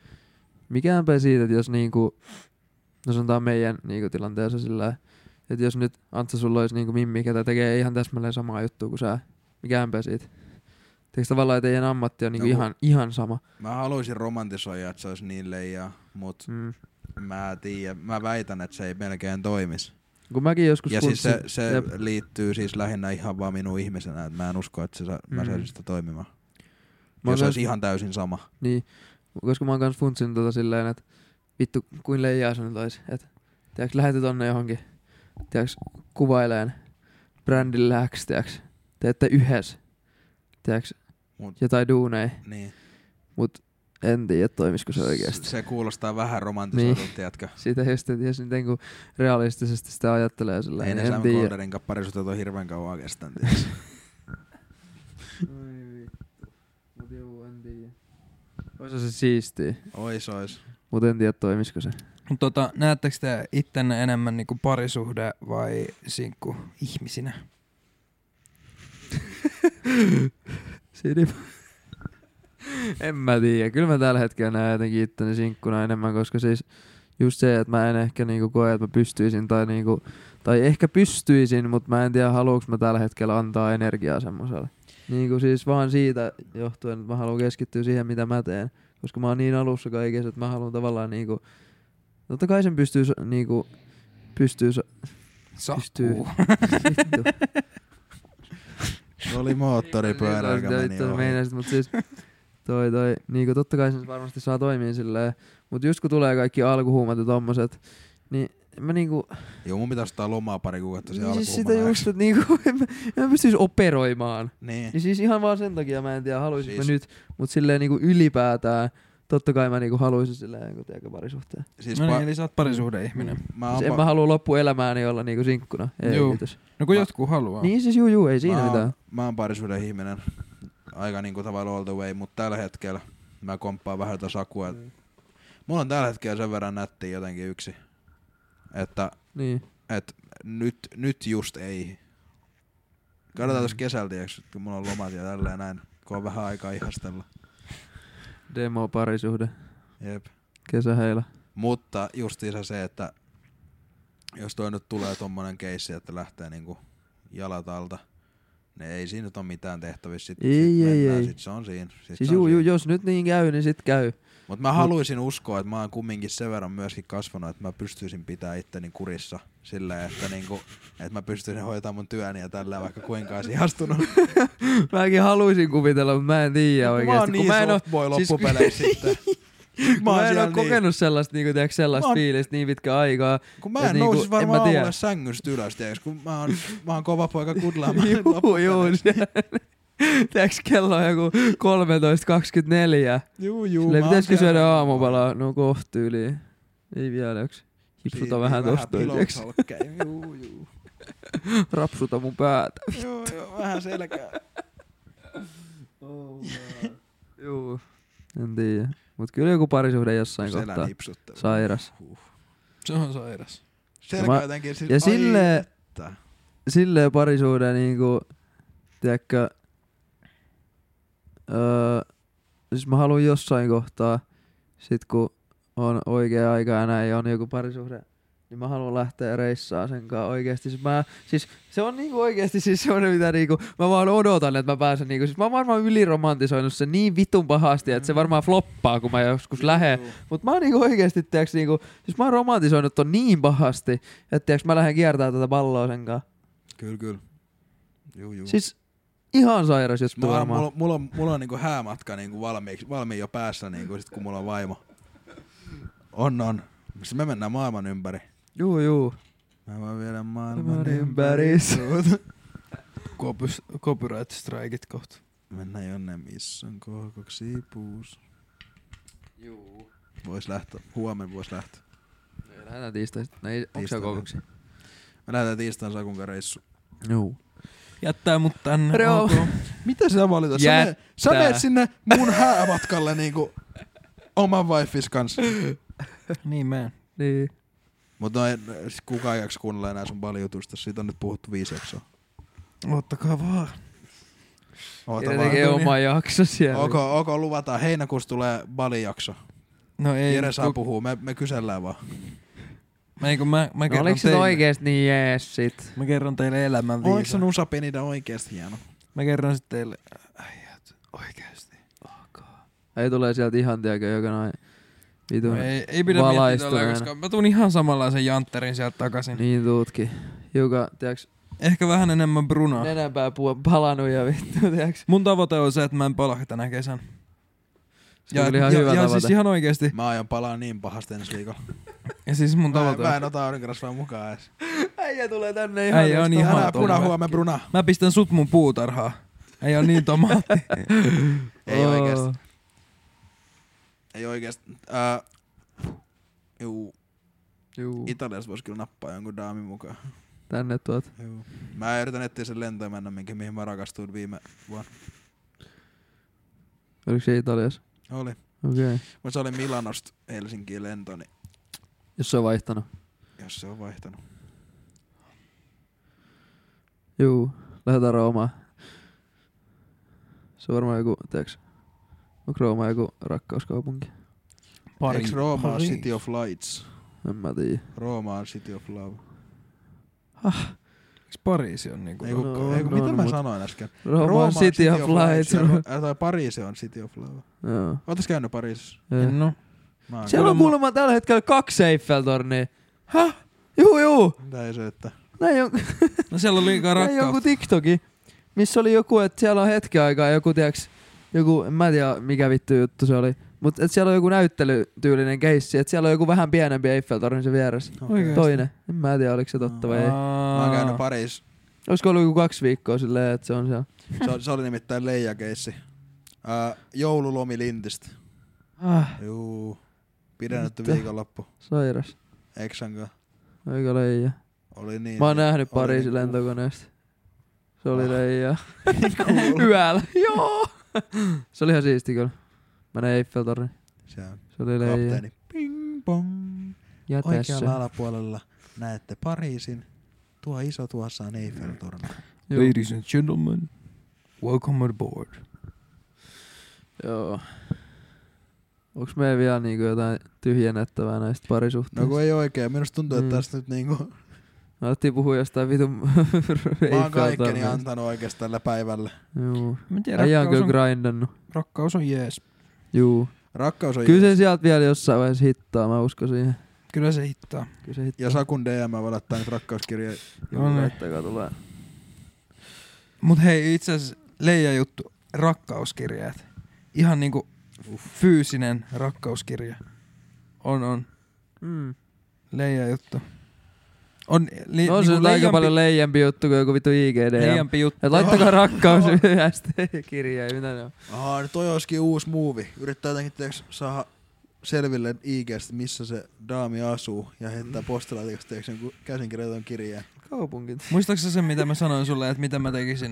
Mikäänpä siitä, että jos niinku, no sanotaan meidän niinku tilanteessa sillä, että jos nyt Antsa sulla olisi niinku mimmi, ketä tekee ihan täsmälleen samaa juttua kuin sä, mikäänpä siitä. Tiedätkö tavallaan, että teidän ammatti on niinku No, ihan, ihan sama. Mä haluaisin romantisoida, että se olisi niin leijaa, mut Mm. mä tiedän, mä väitän, että se ei melkein toimis. Kun mäkin joskus Ja siis se, se Jep. liittyy siis lähinnä ihan vaan minun ihmisenä, että mä en usko, että se sa- mä Mm. saisin sitä toimimaan. Mä Jos oon olisi kans- ihan täysin sama. Niin, koska mä oon kans funtsinut tota silleen, että vittu kuin leijaa se nyt ois. Et, tiedätkö, lähetet tonne johonkin, tiedätkö, kuvaileen brändillä X, tiedätkö, teette yhdessä, tiedätkö, Mut, jotain duuneja, niin. mut en tiedä, toimisiko se oikeesti. Se kuulostaa vähän romantisoidulta, Niin. tiedätkö? Siitä just, että jos nyt niinku realistisesti sitä ajattelee sillä Ei ne en Sam tiedä. Calderin kanssa parisuhteet on hirveän kauan kestänyt. tiedätkö? Oi vittu. Mut juu, en tiedä. Ois se siistiä, Ois, ois. mut en tiedä toimisiko se. Tota, näettekö te ittenne enemmän niinku parisuhde vai sinkku ihmisinä? Sidi. En mä tiedä. Kyllä mä tällä hetkellä näen jotenkin itteni sinkkuna enemmän, koska siis just se, että mä en ehkä niinku koe, että mä pystyisin tai niinku, tai ehkä pystyisin, mutta mä en tiedä haluuks mä tällä hetkellä antaa energiaa semmoselle. Niinku siis vaan siitä johtuen, että mä haluan keskittyä siihen, mitä mä teen. Koska mä oon niin alussa kaikessa, että mä haluan tavallaan niinku, totta kai sen pystyy so- niinku, pystyy so- pystyy. Sakkuu. Vittu. Se oli moottoripyörä, joka meni ohi. Meinasit, mut siis toi toi, niinku totta kai se varmasti saa toimia silleen, mut just kun tulee kaikki alkuhuumat ja tommoset, niin mä niinku, Joo, mun pitäisi ottaa lomaa pari kuukautta siihen niin siis sitä alkuhumana. just, että niinku, en mä, en mä pystyis operoimaan. Niin. Ja siis ihan vaan sen takia mä en tiedä, haluaisin Siis- mä nyt, mut silleen niinku ylipäätään, totta kai mä niinku haluaisin silleen kun tiedäkö parisuhteen. Siis No niin, pa- eli sä oot parisuhde-ihminen. mä Siis oon en pa- mä halua loppuelämääni olla niinku sinkkuna. Ei, Juu. kiitos. No kun Mä- jotkut haluaa. Niin siis juu juu, ei siinä mä oon, mitään. Mä oon parisuuden ihminen. Aika niinku tavallaan all the way, mut tällä hetkellä mä komppaan vähän tätä Sakua. Mm. Mulla on tällä hetkellä sen verran nättiä jotenkin yksi. Että Niin. et nyt, nyt just ei. Katsotaan Mm. tuossa kesällä, tiiäks, kun mulla on lomat ja tälleen näin, kun on vähän aikaa ihastella. Demo parisuhde. Jep. Kesäheillä. Mutta justiinsa se, että jos toi nyt tulee tommonen keissi, että lähtee niinku jalat alta, niin ei siinä nyt ole mitään tehtävissä. Sit, Ei, sit ei, mennään, ei. Sit se on siinä. Sit Siis se on juu, juu, siinä. jos nyt niin käy, niin sit käy. Mut mä haluaisin uskoa, että mä oon kumminkin sen verran myöskin kasvanut, että mä pystyisin pitää itteni kurissa silleen, että niinku, että mä pystyisin hoitamaan mun työni ja tällä vaikka kuinka olisin astunut. Mäkin haluaisin kuvitella, mutta mä en tiedä oikeesti. Mä oon niin mä en softboy loppupeleissä sitten. Mä, mä en oo niin. kokenut sellaista, niinku, tiiäks, sellaista Mä oon- fiilistä niin pitkä aikaa. Kun mä en niinku, nousis en varmaan mä tiedä. aamulla sängystä ylös, tiiäks, kun mä oon, mä oon kova poika kudlaamaan. Juu, juu. Tiedätkö, kello on joku kolmetoista kaksikymmentäneljä. Juu, juu. Silleen mä oon pitäisikö siellä- syödä aamupalaa? No kohta yliin. Ei vielä, onks? Hipsuta Siinä vähän tosta, pilot tiiäks? halkkeen, Juu, juu. Rapsuta mun päätä. Joo, joo, vähän selkää. Juu, en tiedä. Mut kyllä joku parisuhde jossain Selän kohtaa. hipsuttelu. Sairas. Huh. Se on sairas. Selkä Ja mä- jotenkin siis, ja ai silleen- että. Silleen parisuhde niinku, tiedätkö, öö, siis mä haluan jossain kohtaa, sit kun on oikea aika ja näin, on joku parisuhde, niin mä haluan lähteä reissaa sen kanssa oikeesti. Siis, mä, siis se on niinku oikeesti siis semmonen, mitä niinku, mä vaan odotan, että mä pääsen niinku, siis mä oon varmaan yliromantisoinut sen niin vitun pahasti, että se varmaan floppaa, kun mä joskus lähden. Mut mä oon niinku oikeesti, tiiäks, niinku, siis mä oon romantisoinut ton niin pahasti, että tiiäks, mä lähden kiertää tätä palloa sen kanssa. Kyllä, kyllä. Juu, juu. Siis ihan sairas juttu Mulla, varmaan. mulla, mulla, on, mulla on niinku häämatka niinku valmiiksi, valmiin jo päässä, niinku, sit kun mulla on vaimo. On, on. Siis me mennään maailman ympäri. Juu, juu. Mä voin viedä maailman Maailman ympäri ympäri sut. Copy- Copyright strikeit kohta. Mennään jonne, missä on kohkoksi puus. Juu. Vois lähteä. Huomenna vois lähteä. Lähdetään tiistaista. No ei, onks se Tiistaina. kokoksi? Me lähdetään tiistain Sakun kanssa reissu. Juu. Jättää mut tänne. Joo. ok. Mitä sä valitat? Sä, Jättää. me, sä meet sinne mun häämatkalle niinku oman wifis kanssa. Niin meen. Niin. Mut no en, siis kukaan ei jaksa kuunnella enää sun baljutusta. Siitä on nyt puhuttu viisi jaksoa. Ottakaa vaan. Oota Ja vaan. tekee oma jakso siellä. Ok, ok, luvataan. Heinäkuussa tulee Bali-jakso. No ei. Jere saa ku- puhuu, me, me kysellään vaan. Mä, kun mä, mä, No kerron oliks se teille, oikeesti niin jees sit? mä kerron teille elämän Oliko se viisaa. Nusa Penida oikeesti hieno? Mä kerron sit teille äijät oikeesti. Ei tulee sieltä ihan tiedäkö joka noin vitun. No ei, ei pidä miettiä valaistuneena. tolleen, koska mä tuun ihan samanlaisen jantterin sieltä takaisin. Niin tuutkin. Joka, tiiäks, Ehkä vähän enemmän Brunaa. nenänpää puu palannut ja vittu, tiiäks. Mun tavoite on se, että mä en palaa tänä kesän. Se oli ihan hyvä ja tavoite. siis ihan oikeesti. Mä aion palaa niin pahasti ensi viikolla. Ja siis mun Mä, tavoite mä on. en ota aurinkorasvaa mukaan edes. Äijä tulee tänne ihan. Äijä on ihan Älä puna tommoinen. huome Bruna. Mä pistän sut mun puutarhaa. Ei oo niin tomaatti. Ei Oo. oikeesti. Ei oikeesti. Äh, juu, Juu. Italiasta vois kyllä nappaa jonkun daamin mukaan. Tänne tuot. Juu. Mä yritän etsiä sen lentoemännän, minkä mihin mä rakastuin viime vuonna. Oliko se Italiassa? Oli. Okei. Okay. Mut se oli Milanosta Helsinkiin lento, niin Jos se on vaihtanut. jos se on vaihtanut. Juu. Lähdetään Roomaan. Se on varmaan joku, tiiäks. Onko Rooma joku rakkauskaupunki? Pari. Eiks Rooma on Pari. City of Lights? En mä tiedä. Rooma on City of Love. Eiks Pariisi on niinku... Ei, kun, no, ei, kun, no, mitä no, mä mut- sanoin äsken? Rooma on City of Lights. ja Ro- äh, tai Pariisi on City of Love. Joo. Ootas käynyt Pariisissa? En oo. Mä oon Siellä on Kuulemma- kuulemma tällä hetkellä kaksi Eiffel-tornia. Häh? Juu, juu. Mitä ei se, että... Näin on, No siellä on liikaa näin joku rakkautta. TikToki, missä oli joku, että siellä on hetken aikaa joku, tiiäks, joku, en mä tiedä mikä vittu juttu se oli. Mut et siellä on joku näyttelytyylinen keissi, että siellä on joku vähän pienempi Eiffel-torni se vieressä. Oikeesti? Toinen. En mä tiedä oliko se totta vai ei. Mä oon käynyt Pariisissa. Olisiko ollut joku kaksi viikkoa silleen, että se on siellä. Se, oli- se oli nimittäin leijakeissi. Uh, joululomi Lintistä. Ah, Juu. Pidennetty Mitä? viikonloppu. sairas. Eksänkä. Aika leija. Oli niin. Mä oon nähnyt oli Pariisin niin lentokoneesta. Se oli Ah. leija. cool. Yöllä. Joo. Se oli ihan siisti kyllä. Mä näin Eiffel-torni. Se on Se oli leija. kapteeni. Ping pong. Ja tässä. Oikealla alapuolella näette Pariisin. Tuo iso tuossa on Eiffel-torni. Joo. Ladies and gentlemen, welcome aboard. Joo. Onks meillä vielä niinku jotain tyhjennettävää näistä parisuhteista? No kun ei oikein. Minusta tuntuu, että Mm. tästä nyt niinku... Me alettiin puhua jostain vitun Mä oon kaikkeni Eiffel-torneista. antanut oikeastaan tällä päivänä. Juu. Mä tiedän, Äijä on rakkaus kyllä on, grindannut. rakkaus on jees. Juu. Rakkaus on Kyllä se jees. sieltä vielä jossain vaiheessa hittaa, mä uskon siihen. Kyllä se hittaa. Kyllä se hittaa. Ja Sakun D M voi laittaa nyt rakkauskirjeen. Joo, No niin. laittakaa tulee. Mut hei, itse asiassa Leija juttu, rakkauskirjeet. Ihan niinku fyysinen rakkauskirja. On, on. Mm. Leija juttu. On, li, No se niinku on aika paljon leijempi juttu kuin joku vittu I G D. leijampi juttu. Et laittakaa rakkaus yhdästä kirjaa, mitä ne on. Ahaa, nyt toi olisikin uusi muuvi. Yrittää jotenkin tiiäks, saada selville I G:stä, missä se daami asuu. Ja heittää postilaatikosta tiiäks, jonkun käsinkirjoitetun kirjeen. Kaupunkit. Muistaaksä sen, mitä mä sanoin sulle, että mitä mä tekisin?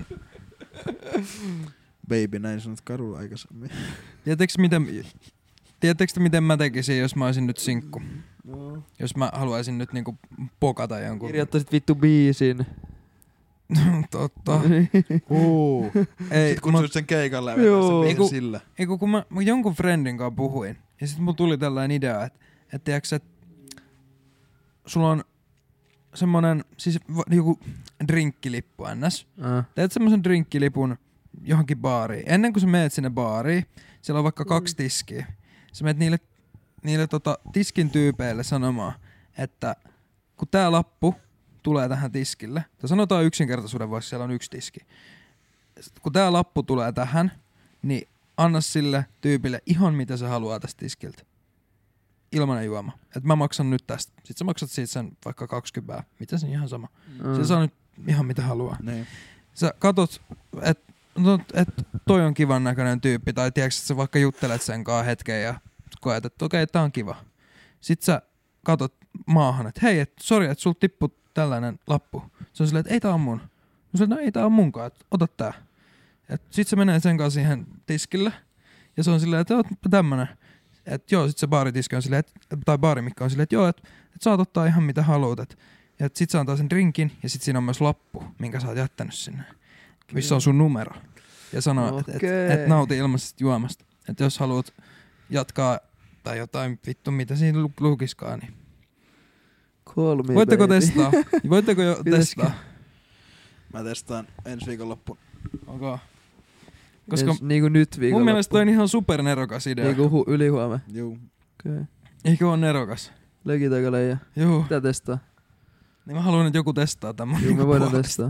Baby, näin sanot kadulla aikaisemmin. Tiedättekö miten, tiedättekö miten mä tekisin, jos mä olisin nyt sinkku? No. Jos mä haluaisin nyt niinku pokata jonkun. Kirjoittaisit vittu biisin. Totta. Uu. Ei, Sitten mut, kutsuit sen keikalle ja Joo. vetäsit Eiku- biisin sillä. eiku, kun mä, mä jonkun friendin kanssa puhuin, ja sit mulla tuli tällainen idea, että et tiiäks, et sulla on semmonen, siis va- joku drinkkilippu ns. Ah. Teet semmosen drinkkilipun johonkin baariin. Ennen kuin sä meet sinne baariin, siellä on vaikka kaksi tiskiä. Sä meet niille, niille tota, tiskin tyypeille sanomaan, että kun tää lappu tulee tähän tiskille, tai sanotaan yksinkertaisuuden vuoksi, siellä on yksi tiski. Sitten kun tää lappu tulee tähän, niin anna sille tyypille ihan mitä se haluaa tästä tiskiltä. Ilmanen juoma. Et mä maksan nyt tästä. Sitten sä maksat siitä sen vaikka kaksikymmentä. Mitä se ihan sama. Ah. Se saa nyt ihan mitä haluaa. Niin. Sä katot, että no, et toi on kivan näköinen tyyppi, tai tiedätkö, että sä vaikka juttelet sen kanssa hetken ja koet, että okei, okay, tää on kiva. Sitten sä katot maahan, että hei, et, sori, että sulla tippuu tällainen lappu. Se on silleen, että ei tää on mun. No silleen, no ei tää on munkaan, että ota tää. Et sit se menee sen kanssa siihen tiskille, ja se on silleen, että oot tämmönen. Että joo, sit se baaritiski on silleen, et, tai baarimikko on silleen, että joo, että et saat ottaa ihan mitä haluat. Et, ja sit se antaa sen drinkin, ja sit siinä on myös lappu, minkä sä oot jättänyt sinne. Missä on sun numero. Ja sanoo, että et, Okei. et nauti ilmaisesta juomasta. Että jos haluat jatkaa tai jotain vittu mitä siinä lu- lukiskaan, niin Call me, voitteko baby. testaa? Voitteko jo Pitäisikö? testaa? Mä testaan ensi viikonloppuun. Okay. Koska Ens, niinku nyt viikonloppu. mun mielestä toi on ihan supernerokas idea. Niinku hu- yli huomenna. Juu. Okei. Eikö ole nerokas? Legitäkö leija? Joo. Mitä testaa? Niin mä haluan, että joku testaa tämän. Joo, me voidaan testaa.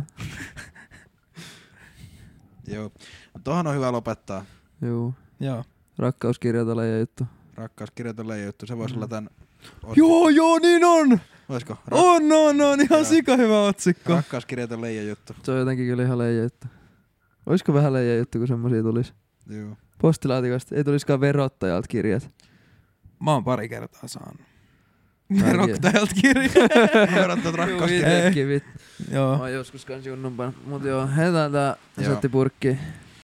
Joo. Tohan on hyvä lopettaa. Joo. Joo. Rakkauskirjata leija juttu. Rakkauskirjat on juttu. Se voisi Mm. olla tän... Joo, joo, niin on! Oisko? Ra- On, on, on. Ihan Joo. sika hyvä otsikko. Rakkauskirjat on leija juttu. Se on jotenkin kyllä ihan leija juttu. Oisko vähän leija juttu, kun semmosia tulis? Joo. Postilaatikosta ei tuliskaan verottajalta kirjat. Mä oon pari kertaa saanut. Mäkin. Verottajalta kirja. Verrattat Joo, rakkauskirjat. itekin vittu. Mä Joo. oon joskus kans junnumpana. Mut joo, heitetään tää Joo. settipurkkiin.